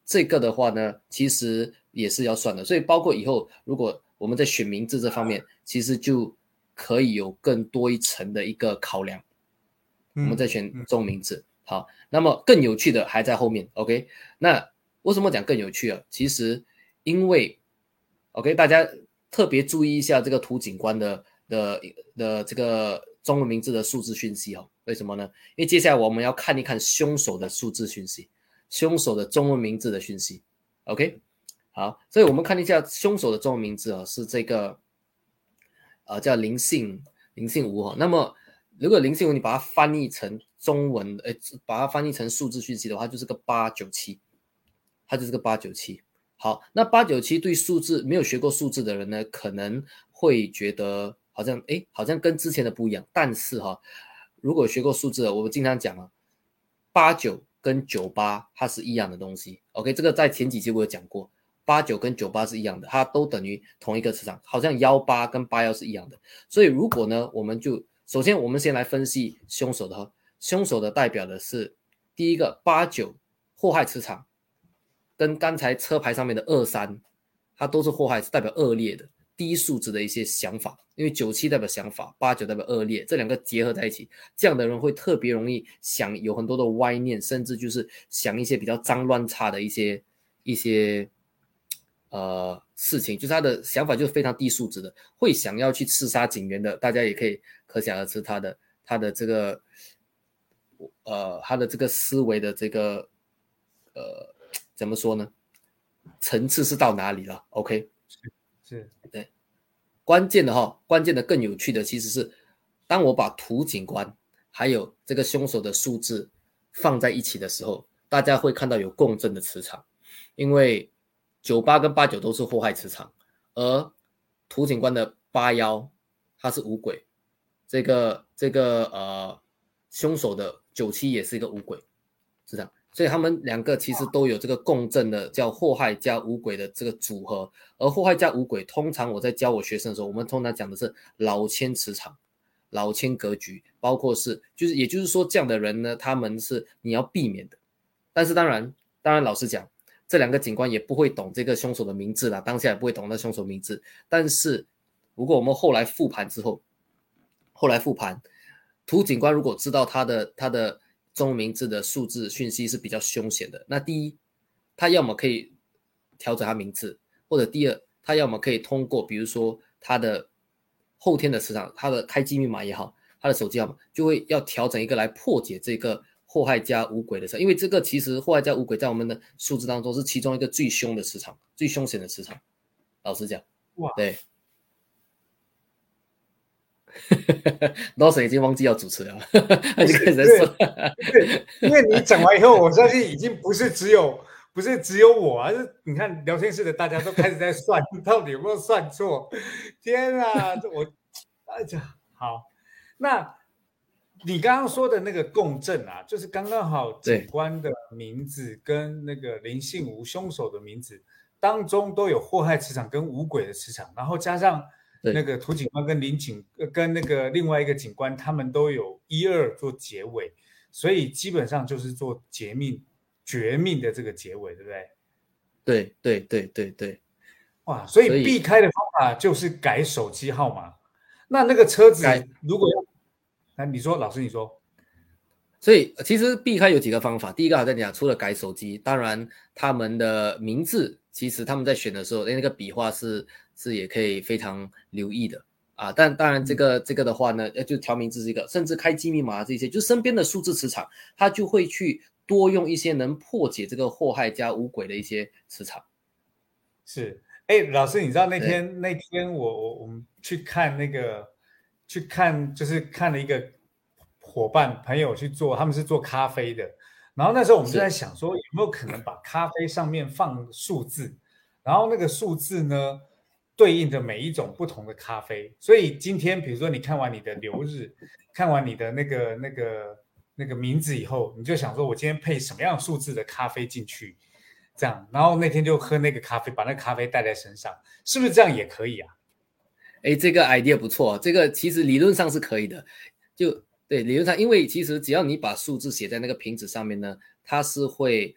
这个的话呢，其实也是要算的。所以包括以后如果我们在选名字这方面，其实就可以有更多一层的一个考量。我们在选中名字，好，那么更有趣的还在后面 ，OK？ 那为什么讲更有趣啊？其实因为 OK， 大家特别注意一下这个涂警官的的的这个中文名字的数字讯息哦。为什么呢？因为接下来我们要看一看凶手的数字讯息，凶手的中文名字的讯息。OK， 好，所以我们看一下凶手的中文名字哦，是这个呃叫林姓林姓吴哈。那么如果林姓吴你把它翻译成中文，呃，把它翻译成数字讯息的话，就是个八九七，它就是个八九七。好，那八九七对数字没有学过数字的人呢，可能会觉得好像诶，好像跟之前的不一样。但是哈，如果学过数字的，我们经常讲啊，八九跟九八它是一样的东西。OK， 这个在前几期我有讲过，八九跟九八是一样的，它都等于同一个磁场，好像一八跟八一是一样的。所以如果呢，我们就首先我们先来分析凶手的哈，凶手的代表的是第一个八九祸害磁场。跟刚才车牌上面的二三，它都是祸害，是代表恶劣的低素质的一些想法。因为九七代表想法，八九代表恶劣，这两个结合在一起，这样的人会特别容易想有很多的歪念，甚至就是想一些比较脏乱差的一些一些呃事情，就是他的想法就是非常低素质的，会想要去刺杀警员的。大家也可以可想而知他的他的这个呃他的这个思维的这个呃。怎么说呢？层次是到哪里了 ？OK， 是是， 对，关键的哈，关键的更有趣的其实是，当我把涂警官还有这个凶手的数字放在一起的时候，大家会看到有共振的磁场，因为九八跟八九都是祸害磁场，而涂警官的八一它是五鬼，这个这个呃凶手的九七也是一个五鬼，是这样。所以他们两个其实都有这个共振的叫祸害加五鬼的这个组合，而祸害加五鬼通常我在教我学生的时候，我们通常讲的是老千磁场、老千格局，包括是就是也就是说这样的人呢，他们是你要避免的。但是当然当然老实讲，这两个警官也不会懂这个凶手的名字啦，当下也不会懂那凶手名字。但是如果我们后来复盘之后，后来复盘，涂警官如果知道他的他的中文名字的数字讯息是比较凶险的，那第一，他要么可以调整他名字，或者第二，他要么可以通过比如说他的后天的磁场，他的开机密码也好，他的手机号码就会要调整一个来破解这个祸害加五鬼的磁场，因为这个其实祸害加五鬼在我们的数字当中是其中一个最凶的磁场，最凶险的磁场。老实讲， 哇， 对。Dawson 已经忘记要主持了，他就开始在说。 对，因为你讲完以后，我相信已经不是只有不是只有我啊，是你看聊天室的大家都开始在算，到底有没有算错？天啊，我哎呀，好，那你刚刚说的那个共振啊，就是刚刚好警官的名字跟那个林姓吴凶手的名字当中都有祸害磁场跟五鬼的磁场，然后加上。那个涂警官跟林警跟那个另外一个警官，他们都有一二做结尾，所以基本上就是做绝命绝命的这个结尾，对不对？ 对对对对对， 哇！所以避开的方法就是改手机号码。那那个车子如果要，那你说，老师你说， 所以其实避开有几个方法。第一个好像讲，除了改手机，当然他们的名字，其实他们在选的时候，那个笔画是。是也可以非常留意的啊，但当然这个这个的话呢，就调名字是一个，甚至开机密码这些，就身边的数字磁场，它就会去多用一些能破解这个祸害加五鬼的一些磁场。 是，哎，老师，你知道那天那天我我我们去看那个去看就是看了一个伙伴朋友去做，他们是做咖啡的，然后那时候我们就在想说有没有可能把咖啡上面放数字，然后那个数字呢？对应的每一种不同的咖啡，所以今天比如说你看完你的流日，看完你的那个那个那个名字以后，你就想说我今天配什么样数字的咖啡进去，这样，然后那天就喝那个咖啡，把那个咖啡带在身上，是不是这样也可以啊？ 哎，这个 idea 不错，这个其实理论上是可以的，就对理论上，因为其实只要你把数字写在那个瓶子上面呢，它是会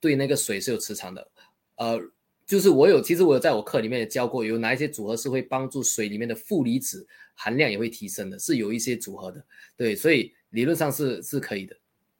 对那个水是有磁场的。呃，就是我有，其实我有在我课里面也教过，有哪一些组合是会帮助水里面的负离子含量也会提升的，是有一些组合的。对，所以理论上是是可以的。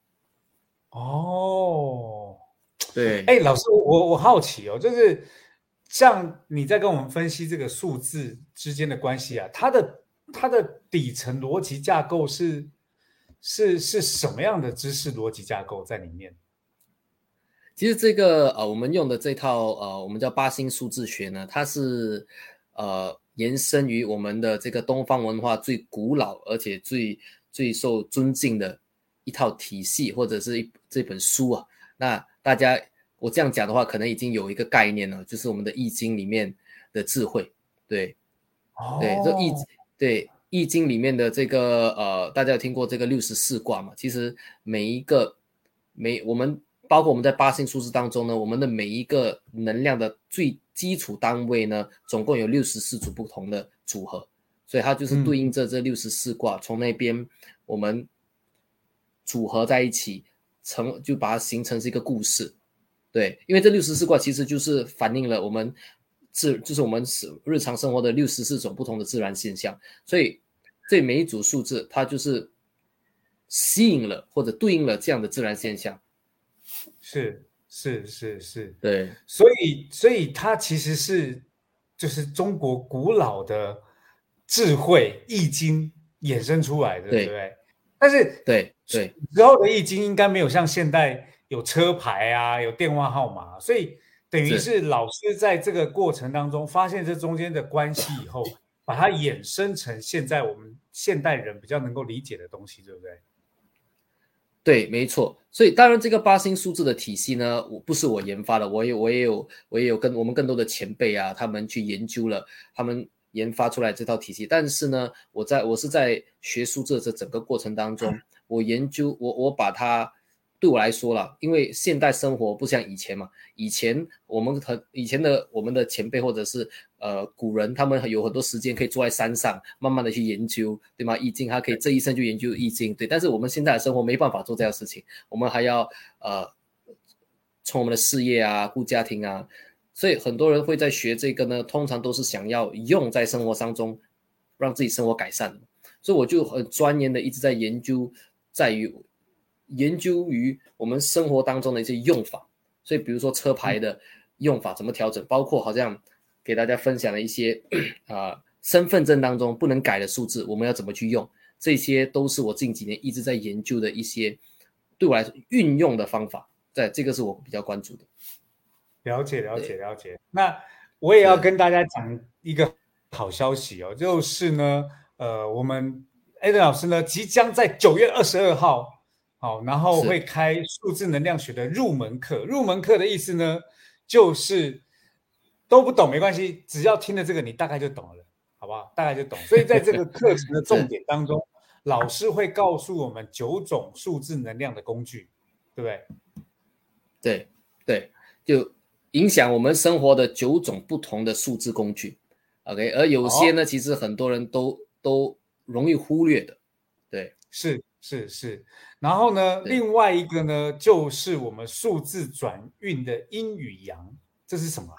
哦， 对， 哎，老师，我我好奇哦，就是像你在跟我们分析这个数字之间的关系啊，它的它的底层逻辑架构是是是什么样的知识逻辑架构在里面？ 其实这个呃，我们用的这套呃，我们叫八星数字学呢，它是呃延伸于我们的这个东方文化最古老而且最最受尊敬的一套体系，或者是一这本书啊。那大家我这样讲的话，可能已经有一个概念了，就是我们的易经里面的智慧。对， 哦， 对，这易对易经里面的这个呃，大家有听过这个六十四卦嘛？其实每一个每我们。包括我们在八星数字当中呢，我们的每一个能量的最基础单位呢，总共有六十四组不同的组合，所以它就是对应着这六十四卦，从那边我们组合在一起，成就把它形成是一个故事。对，因为这六十四卦其实就是反映了我们自就是我们日常生活的六十四种不同的自然现象，所以这每一组数字它就是吸引了或者对应了这样的自然现象。 是是是是， 对， 所以所以它其实是就是中国古老的智慧易经衍生出来的，对不对？但是对对， 之后的易经应该没有像现代有车牌啊，有电话号码，所以等于是老师在这个过程当中发现这中间的关系以后，把它衍生成现在我们现代人比较能够理解的东西，对不对？ 对，没错。所以当然这个八星数字的体系呢，我不是我研发的，我也我也有我也有跟我们更多的前辈啊，他们去研究了，他们研发出来这套体系。但是呢，我在我是在学数字的这整个过程当中，我研究我我把它对我来说啦，因为现代生活不像以前嘛，以前我们很以前的我们的前辈或者是呃古人，他们有很多时间可以坐在山上慢慢的去研究，对吗？易经他可以这一生就研究易经，对。但是我们现在的生活没办法做这样的事情，我们还要呃从我们的事业啊顾家庭啊，所以很多人会在学这个呢，通常都是想要用在生活当中，让自己生活改善。所以我就很钻研的一直在研究，在于研究于我们生活当中的一些用法。所以比如说车牌的用法怎么调整，包括好像给大家分享了一些啊、呃、身份证当中不能改的数字，我们要怎么去用，这些都是我近几年一直在研究的一些对我来说运用的方法，在这个是我比较关注的。 了解了解了解。那我也要跟大家讲一个好消息哦，就是呢，呃，我们 Aiden 老师呢即将在九月二十二号。好，然后会开数字能量学的入门课。入门课的意思呢，就是都不懂没关系，只要听了这个，你大概就懂了，好不好？大概就懂。所以在这个课程的重点当中，老师会告诉我们九种数字能量的工具，对不对？ 对对，就影响我们生活的九种不同的数字工具。OK， 而有些呢，哦、其实很多人都都容易忽略的。对， 是。是是，然后呢，另外一个呢，就是我们数字转运的阴与阳，这是什么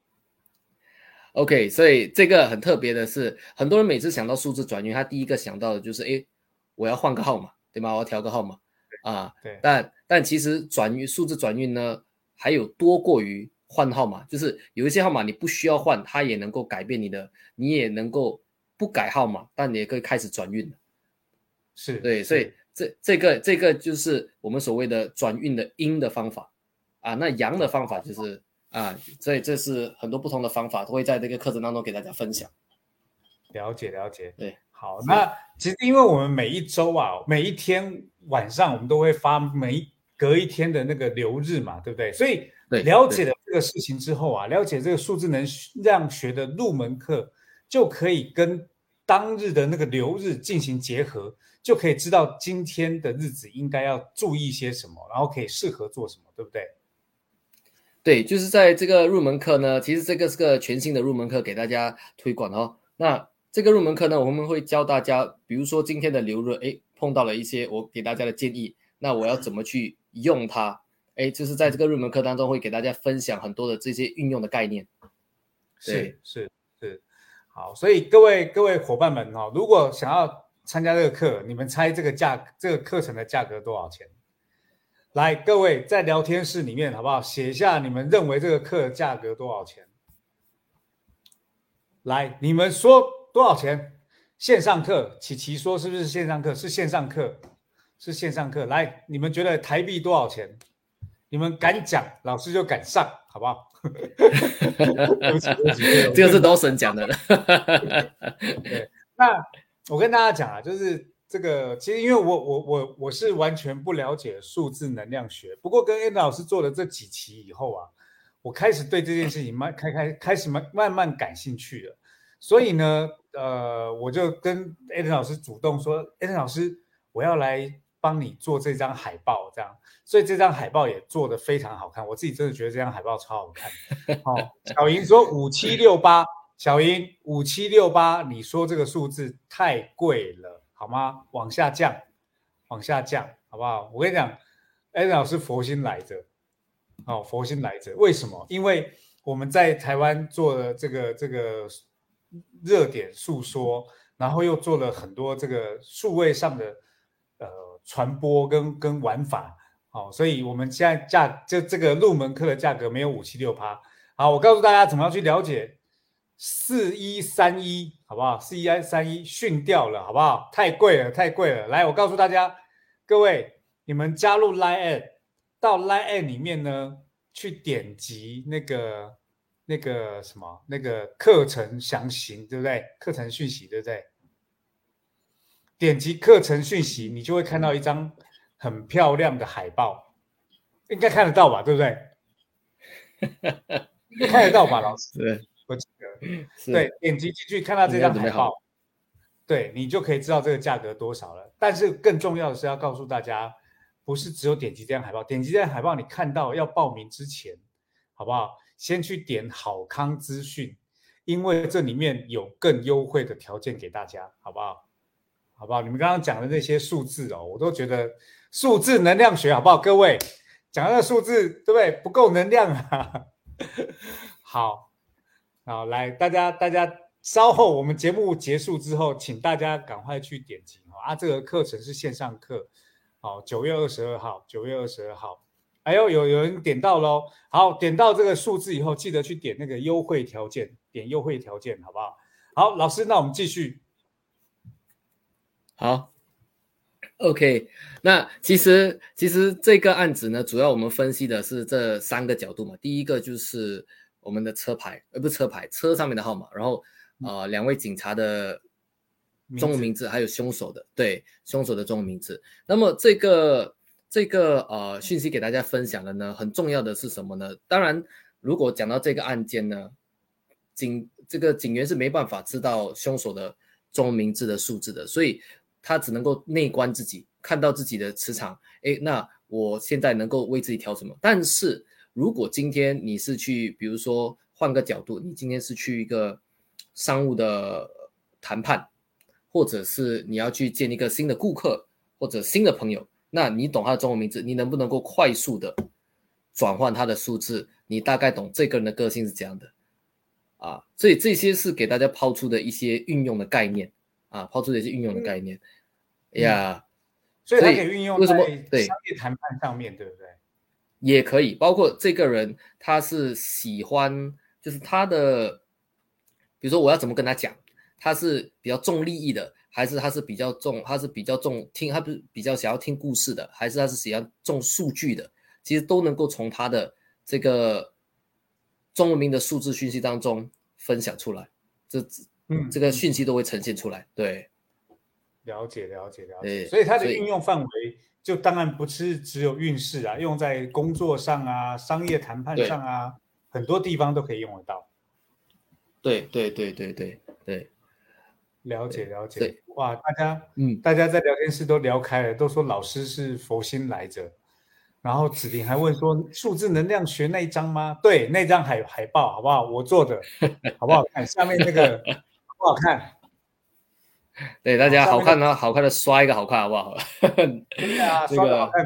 ？OK， 所以这个很特别的是，很多人每次想到数字转运，他第一个想到的就是，哎，我要换个号码，对吗？我要调个号码啊。 对。 但但其实转运数字转运呢，还有多过于换号码，就是有一些号码你不需要换，它也能够改变你的，你也能够不改号码，但你也可以开始转运的。 是对，所以这这个这个就是我们所谓的转运的阴的方法啊，那阳的方法就是啊，所以这是很多不同的方法都会在这个课程当中给大家分享。 了解了解， 对， 好，那其实因为我们每一周啊，每一天晚上我们都会发每隔一天的那个流日嘛，对不对？所以了解了这个事情之后啊，了解这个数字能量学的入门课，就可以跟当日的那个流日进行结合。就可以知道今天的日子应该要注意些什么，然后可以适合做什么，对不对？ 对，就是在这个入门课呢，其实这个是个全新的入门课给大家推广哦。那这个入门课呢，我们会教大家，比如说今天的流日，哎，碰到了一些我给大家的建议，那我要怎么去用它哎，就是在这个入门课当中会给大家分享很多的这些运用的概念。 是是是，好，所以各位各位伙伴们哦，如果想要参加这个课，你们猜这个价这个课程的价格多少钱？来，各位在聊天室里面好不好？写下你们认为这个课的价格多少钱？来，你们说多少钱？线上课，琪琪说是不是线上课？是线上课，是线上课。来，你们觉得台币多少钱？你们敢讲，老师就敢上，好不好？对不起，对不起， 这个是都神讲的。 对，那我跟大家讲啊，就是这个，其实因为我我我我是完全不了解数字能量学，不过跟 Aiden 老师做了这几期以后啊，我开始对这件事情慢开开开始慢慢慢感兴趣了。所以呢，呃，我就跟 Aiden 老师主动说 ，Aiden 老师，我要来帮你做这张海报，这样，所以这张海报也做得非常好看，我自己真的觉得这张海报超好看。好、哦，小莹说五七六八，小莹五七六八，你说这个数字太贵了，好吗？往下降，往下降，好不好？我跟你讲 ，Aiden 老师佛心来着，哦，佛心来着，为什么？因为我们在台湾做了这个这个。热点诉说，然后又做了很多这个数位上的呃传播跟跟玩法，好、哦，所以我们现在价就这个入门课的价格没有五七六趴。好，我告诉大家怎么样去了解四一三一，好不好？四一三一训掉了，好不好？太贵了，太贵了。来，我告诉大家，各位，你们加入 Line 到 Line 里面呢，去点击那个。那个什么，那个课程详情，对不对？课程讯息，对不对？点击课程讯息，你就会看到一张很漂亮的海报，应该看得到吧？对不对？应该看得到吧，老师？ 对， 我记得。对，点击进去看到这张海报，对你就可以知道这个价格多少了。但是更重要的是要告诉大家，不是只有点击这张海报，点击这张海报，你看到要报名之前，好不好？先去点好康资讯，因为这里面有更优惠的条件给大家，好不好？好不好？你们刚刚讲的那些数字哦，我都觉得数字能量学，好不好？各位讲那个数字，对不对？不够能量啊！好，好，来，大家大家稍后我们节目结束之后，请大家赶快去点击啊！这个课程是线上课，好，九月二十二号，九月二十二号。哎呦，有有人点到咯，好，点到这个数字以后，记得去点那个优惠条件，点优惠条件，好不好？好，老师，那我们继续。 好 ，OK， 那其实其实这个案子呢，主要我们分析的是这三个角度嘛。第一个就是我们的车牌，呃，不是车牌，车上面的号码，然后呃，两位警察的中文名字，还有凶手的，对，凶手的中文名字。那么这个。这个呃讯息给大家分享的呢，很重要的是什么呢？当然，如果讲到这个案件呢，警这个警员是没办法知道凶手的中文名字的数字的，所以他只能够内观自己，看到自己的磁场，诶，那我现在能够为自己调什么？但是如果今天你是去，比如说换个角度，你今天是去一个商务的谈判，或者是你要去见一个新的顾客或者新的朋友。那你懂他的中文名字，你能不能够快速的转换他的数字？你大概懂这个人的个性是怎样的啊？所以这些是给大家抛出的一些运用的概念啊，抛出的一些运用的概念。哎、嗯、呀， 所以它可以运用为什么在商业谈判上面，对不对？ 也可以，包括这个人他是喜欢，就是他的，比如说我要怎么跟他讲，他是比较重利益的。还是他是比较重，他是比较重听，他是比较想要听故事的，还是他是喜欢重数据的，其实都能够从他的这个中文名的数字讯息当中分享出来，这嗯这个讯息都会呈现出来。对， 了解了解了解。所以它的运用范围就当然不是只有运势啊，用在工作上啊、商业谈判上啊，很多地方都可以用得到。 对对对对对对。 了解了解，哇，大家嗯，大家在聊天室都聊开了，都说老师是佛心来着。然后子婷还问说，数字能量学那一张吗？对，那张海海报好不好？我做的，好不好看？下面那个好不好看？ 对，大家好看的好看的刷一个好看好不好？ 对啊，刷的好看，鼓励一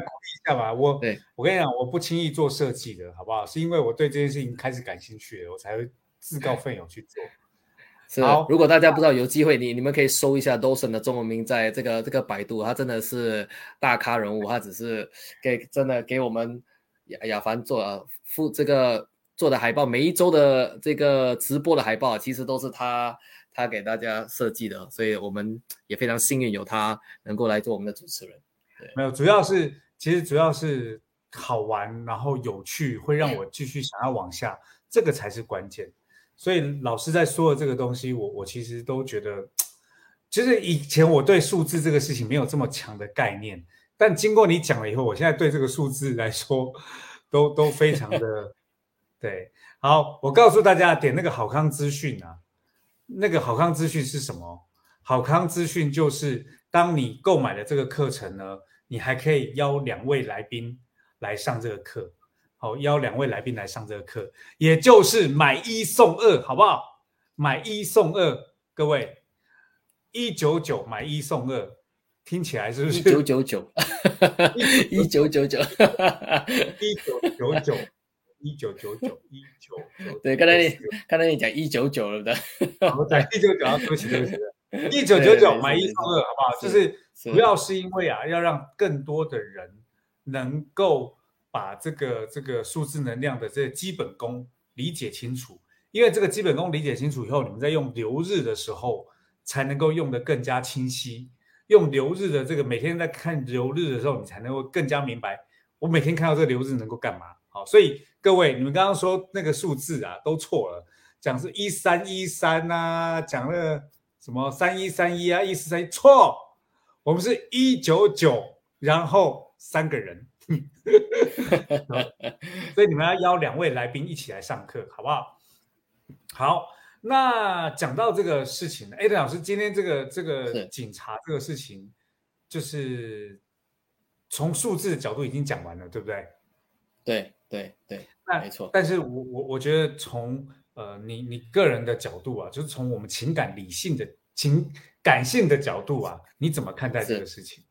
下吧。我对我跟你讲，我不轻易做设计的，好不好？是因为我对这件事情开始感兴趣了，我才会自告奋勇去做。 是，如果大家不知道，有机会你你们可以搜一下 Dawson 的中文名，在这个这个百度，他真的是大咖人物，他只是给真的给我们亚亚凡做啊附这个做的海报，每一周的这个直播的海报，其实都是他他给大家设计的，所以我们也非常幸运有他能够来做我们的主持人。对， 没有，主要是其实主要是好玩，然后有趣，会让我继续想要往下，这个才是关键。所以老师在说的这个东西，我我其实都觉得，其实以前我对数字这个事情没有这么强的概念，但经过你讲了以后，我现在对这个数字来说，都都非常的对。好，我告诉大家，点那个好康资讯啊，那个好康资讯是什么？好康资讯就是当你购买了这个课程呢，你还可以邀两位来宾来上这个课。好，邀两位来宾来上这个课，也就是买一送二，好不好？买一送二，各位，一九九买一送二，听起来是不是？ 一九九九，一九九九， 一九九九，一九九九，一九九。 对，刚才你刚才你讲一九九了的， 我讲一九九，对不起对不起，一九九九买一送二，好不好？就是主要是因为啊，要让更多的人能够把这个这个数字能量的这个基本功理解清楚，因为这个基本功理解清楚以后，你们在用流日的时候才能够用得更加清晰。用流日的这个每天在看流日的时候，你才能够更加明白，我每天看到这个流日能够干嘛。好，所以各位，你们刚刚说那个数字啊，都错了，讲是一三一三啊，讲了什么三一三一啊，一四三一，错，我们是一九九，然后三个人。所以你们要邀两位来宾一起来上课，好不好？好，那讲到这个事情，艾登老师，今天这个这个警察这个事情，就是从数字的角度已经讲完了，对不对？ 对对对，没错。 但是我我我觉得从呃你你个人的角度啊，就是从我们情感理性的情感性的角度啊，你怎么看待这个事情？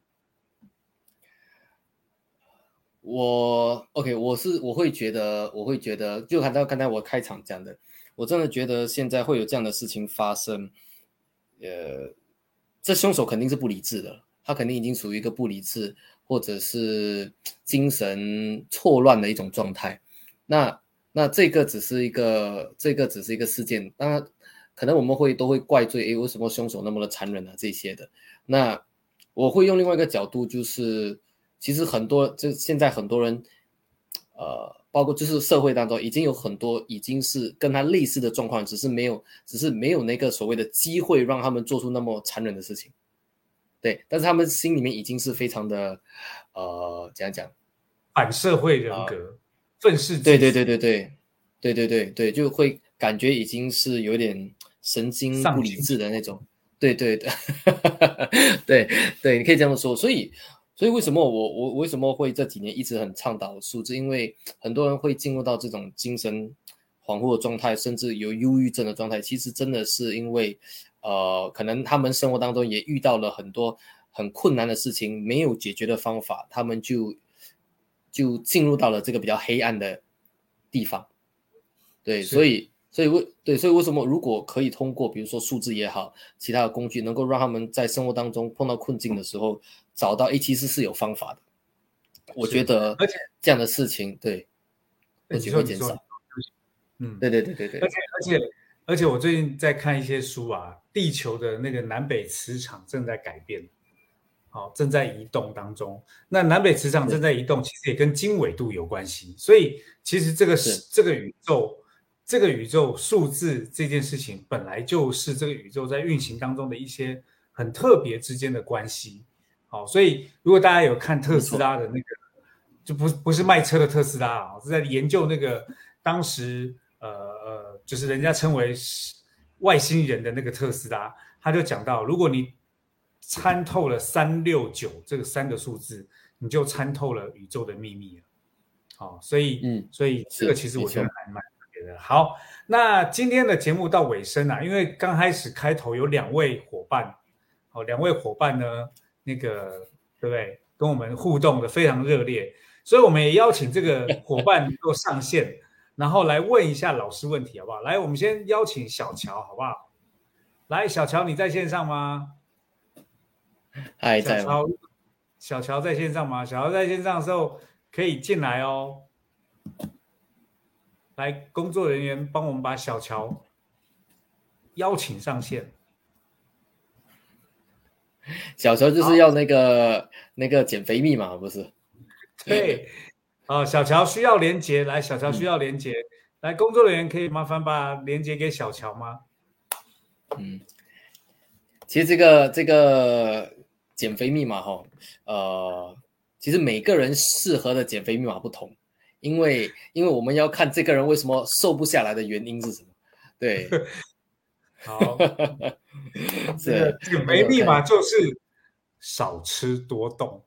我 OK， 我是我会觉得，我会觉得，就看到刚才我开场讲的，我真的觉得现在会有这样的事情发生，呃，这凶手肯定是不理智的，他肯定已经属于一个不理智或者是精神错乱的一种状态。那那这个只是一个，这个只是一个事件，当然可能我们会都会怪罪，诶，为什么凶手那么的残忍啊这些的。那我会用另外一个角度，就是。其实很多，就现在很多人，呃，包括就是社会当中已经有很多已经是跟他类似的状况，只是没有，只是没有那个所谓的机会让他们做出那么残忍的事情，对，但是他们心里面已经是非常的，呃，怎样讲， 反社会人格，呃、愤世嫉俗， 对对对对对对对对对，就会感觉已经是有点神经不理智的那种，对对对，对对，你可以这么说，所以。所以为什么我我为什么会这几年一直很倡导数字？因为很多人会进入到这种精神恍惚的状态，甚至有忧郁症的状态。其实真的是因为，呃，可能他们生活当中也遇到了很多很困难的事情，没有解决的方法，他们就就进入到了这个比较黑暗的地方。对，所以所以为对，所以为什么如果可以通过比如说数字也好，其他的工具，能够让他们在生活当中碰到困境的时候。找到诶，其实是有方法的，我觉得，而且这样的事情，对，问题会减少。嗯，对对对对对。 而且而且而且，我最近在看一些书啊，地球的那个南北磁场正在改变，好、哦，正在移动当中。那南北磁场正在移动，其实也跟经纬度有关系。所以，其实这个这个宇宙，这个宇宙数字这件事情，本来就是这个宇宙在运行当中的一些很特别之间的关系。好，所以如果大家有看特斯拉的那个，就不不是卖车的特斯拉啊，是在研究那个当时呃呃，就是人家称为外星人的那个特斯拉，他就讲到，如果你参透了三六九这个三个数字，你就参透了宇宙的秘密了。好，所以嗯，所以这个其实我觉得还蛮特别的。好，那今天的节目到尾声啊，因为刚开始开头有两位伙伴，好，两位伙伴呢。那个对不对？ 跟我们互动的非常热烈，所以我们也邀请这个伙伴能够上线，然后来问一下老师问题，好不好？来，我们先邀请小乔，好不好？来，小乔，你在线上吗？ 嗨，在吗？ 小乔在线上吗？小乔在线上的时候可以进来哦。来，工作人员帮我们把小乔邀请上线。 小乔就是要那个那个减肥密码，不是？ 对，啊、呃，小乔需要连结，来，小乔需要连结，嗯、来，工作人员可以麻烦把连结给小乔吗？ 嗯，其实这个这个减肥密码哈，呃，其实每个人适合的减肥密码不同，因为因为我们要看这个人为什么瘦不下来的原因是什么。对， 好，这个减肥密码就是少吃多动。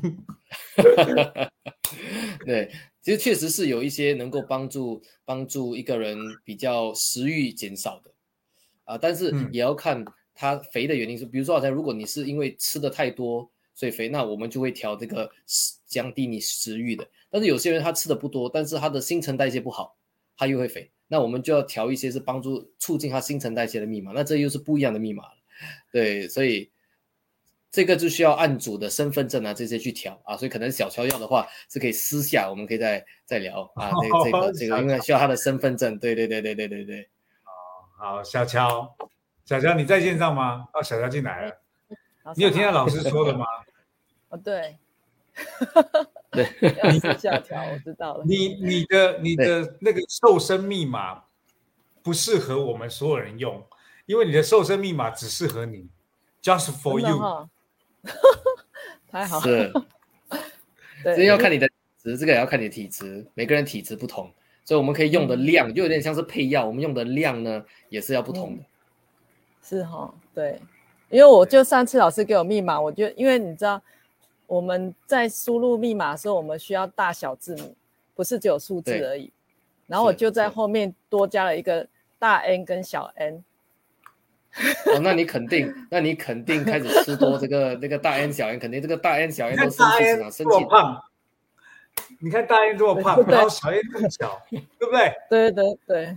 对，其实确实是有一些能够帮助帮助一个人比较食欲减少的啊，但是也要看他肥的原因是，比如说好像如果你是因为吃的太多所以肥，那我们就会调这个降低你食欲的。但是有些人他吃的不多，但是他的新陈代谢不好，他又会肥，那我们就要调一些是帮助促进他新陈代谢的密码，那这又是不一样的密码了。对，所以这个就需要按组的身份证啊这些去调啊，所以可能小乔要的话是可以私下我们可以再再聊啊，这个这个这个因为需要他的身份证，对对对对对对对。 好，小乔，小乔你在线上吗？哦，小乔进来了，你有听到老师说的吗？ 哦，对， 对， 要私下调，我知道了。 你你的你的那个瘦身密码不适合我们所有人用，因为你的瘦身密码只适合你 ，just for you。 太好了， 是，这要看你的体质，这个也要看你的体质，每个人体质不同，所以我们可以用的量就有点像是配药，我们用的量呢也是要不同的。 嗯、是哈，对，因为我就上次老师给我密码，我就因为你知道我们在输入密码的时候，我们需要大小字母，不是只有数字而已，然后我就在后面多加了一个大 N 跟小 N。 哦，那你肯定，那你肯定开始吃多这个那个大 N 小 N， 肯定这个大 N 小 N 都生气市场生气胖。你看大 N 这么胖，然后小 N 这么小，对不对？ 对对对。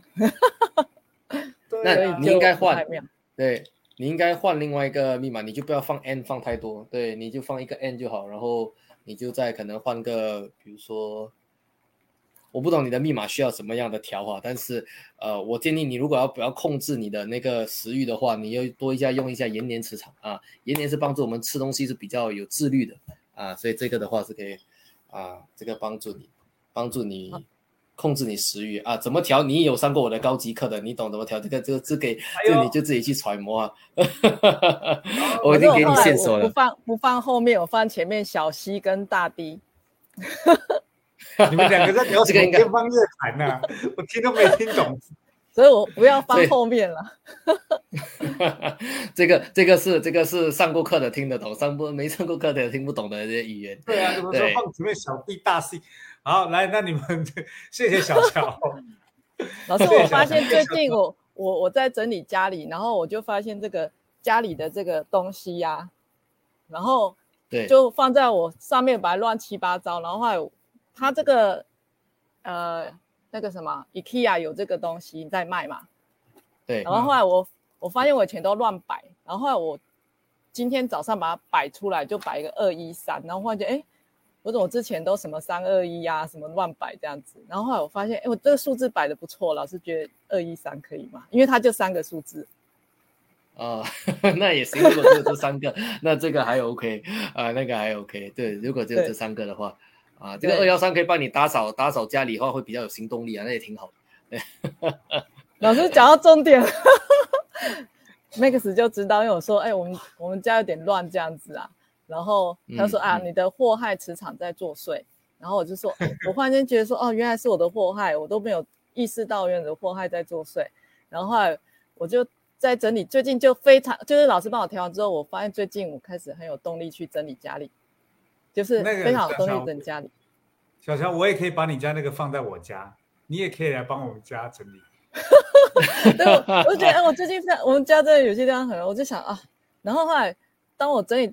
那你应该换，对，你应该换另外一个密码，你就不要放 N 放太多，对，你就放一个 N 就好，然后你就再可能换个，比如说。我不懂你的密码需要什么样的调法，但是呃，我建议你如果要不要控制你的那个食欲的话，你要多一下用一下延年磁场啊，延年是帮助我们吃东西是比较有自律的啊，所以这个的话是可以啊，这个帮助你帮助你控制你食欲啊，怎么调？你有上过我的高级课的，你懂怎么调？这个这个这给这你就自己去揣摩啊。我已经给你线索了， 不放不放后面，我放前面小 C 跟大 D。 你们两个在聊什么天方夜谭呢？我听都没听懂， 所以我不要放后面了。 这个这个是这个是上过课的听得懂，上过没上过课的听不懂的这些语言。 对啊，怎么说放前面小 D 大 C？ 好，来，那你们谢谢小乔。 老师，我发现最近我我我在整理家里，然后我就发现这个家里的这个东西呀、啊，然后就放在我上面，把它乱七八糟，然后后来。他这个呃那个什么 IKEA 有这个东西在卖嘛， 对。 然后后来我我发现我以前都乱摆，然后后来我今天早上把它摆出来，就摆一个二一三，然后发现哎，我怎么之前都什么三二一啊，什么乱摆这样子，然后后来我发现哎，我这个数字摆的不错，老师觉得二一三可以吗？因为它就三个数字。 啊、呃，那也行，如果只有这三个，那这个还 OK 啊、呃，那个还 OK。对，如果只有这三个的话。啊，这个二一三可以帮你打扫打扫家里的话，会比较有行动力啊，那也挺好的。 老师讲到重点了，Max 就知道，因为我说，哎、欸，我们我们家有点乱这样子啊，然后他说、嗯、啊，你的祸害磁场在作祟，然后我就说，欸、我忽然间觉得说，哦，原来是我的祸害，我都没有意识到原来的祸害在作祟，然后后来我就在整理，最近就非常，就是老师帮我调完之后，我发现最近我开始很有动力去整理家里。就是非常有动力整家里。 小乔，我也可以把你家那个放在我家，你也可以来帮我们家整理。 对，我我就觉得，哎，我最近我们家真的有些地方很，我就想啊，然后后来当我整理到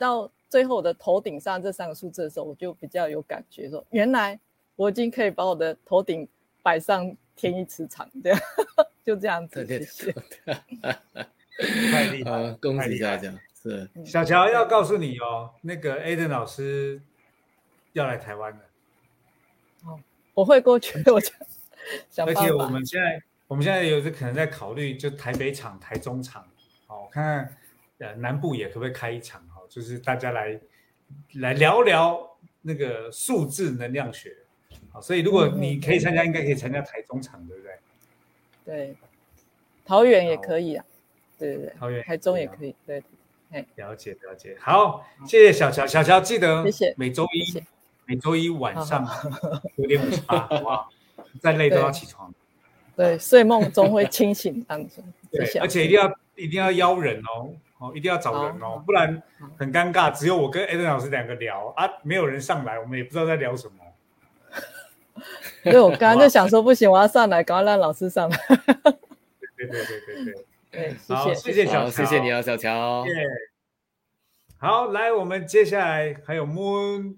最后的头顶上这三个数字的时候，我就比较有感觉说，原来我已经可以把我的头顶摆上天意磁场，这样就这样子。谢谢。 太厉害了， 呃，恭喜大家！是小乔要告诉你哦，那个 Aden 老师要来台湾了。 哦，我会过去，我就想办法。 而且我们现在，我们现在有可能在考虑，就台北场、台中场，哦，看看呃南部也可不可以开一场，哦，就是大家来来聊聊那个数字能量学。好，所以如果你可以参加，应该可以参加台中场，对不对？ 对，桃园也可以啊。对对对， 桃园、 台中也可以。对，对， 了解了解。好，谢谢小乔，小乔记得谢谢每周一谢谢每周一晚上九点五十八，好不好？再累都要起床。 对，睡梦中会清醒这样子。 对，而且一定要一定要邀人哦，哦，一定要找人哦，不然很尴尬。只有我跟 Aden 老师两个聊啊，没有人上来，我们也不知道在聊什么。 所以我刚刚就想说，不行，我要上来，赶快让老师上来。 对对对对对对。 对，谢好， 谢， 谢谢小乔， 谢谢你啊，小乔。 耶。好，来，我们接下来还有 Moon。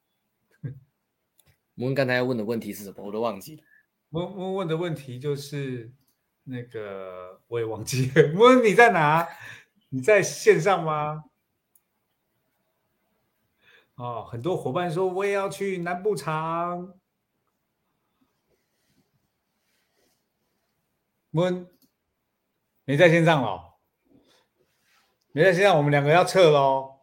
Moon 刚才要问的问题是什么？我都忘记了。 Moon Moon 问的问题就是那个，我也忘记了。Moon 你在哪？你在线上吗？哦，很多伙伴说我也要去南部场。Moon 没在线上了，没在线上，我们两个要撤喽。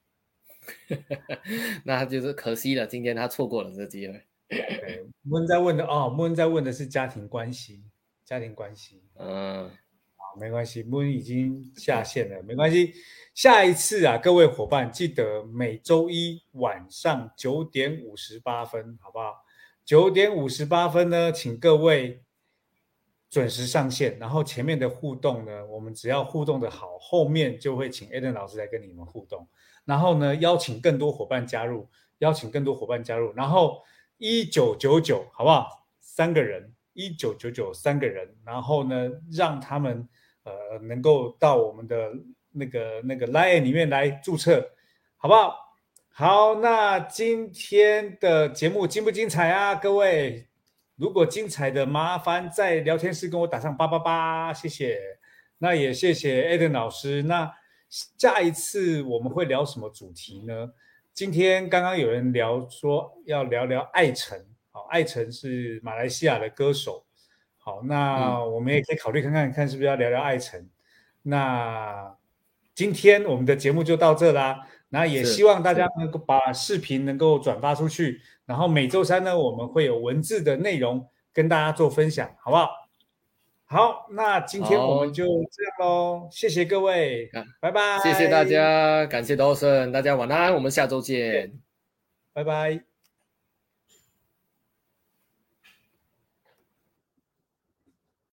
那就是可惜了，今天他错过了这个机会。 对，Moon 在问的哦，Moon 在问的是家庭关系，家庭关系。 嗯， 好，没关系 ，Moon 已经下线了，没关系。下一次啊，各位伙伴记得每周一晚上九点五十八分，好不好？九点五十八分呢，请各位准时上线，然后前面的互动呢，我们只要互动的好，后面就会请 Aden 老师来跟你们互动。然后呢，邀请更多伙伴加入，邀请更多伙伴加入，然后一九九九，好不好？三个人，一九九九三个人，然后呢，让他们呃能够到我们的那个那个 Line 里面来注册，好不好？好，那今天的节目精不精彩啊，各位？如果精彩的，麻烦在聊天室跟我打上八八八，谢谢。那也谢谢 Aden 老师。那下一次我们会聊什么主题呢？今天刚刚有人聊说要聊聊艾辰，好，艾辰是马来西亚的歌手。好，那我们也可以考虑看看，看是不是要聊聊艾辰。那今天我们的节目就到这啦。那也希望大家能够把视频能够转发出去，然后每周三呢，我们会有文字的内容跟大家做分享，好不好？好，那今天我们就这样咯，谢谢各位，拜拜。 谢谢大家，感谢 Dawson，大家晚安，我们下周见， 拜拜。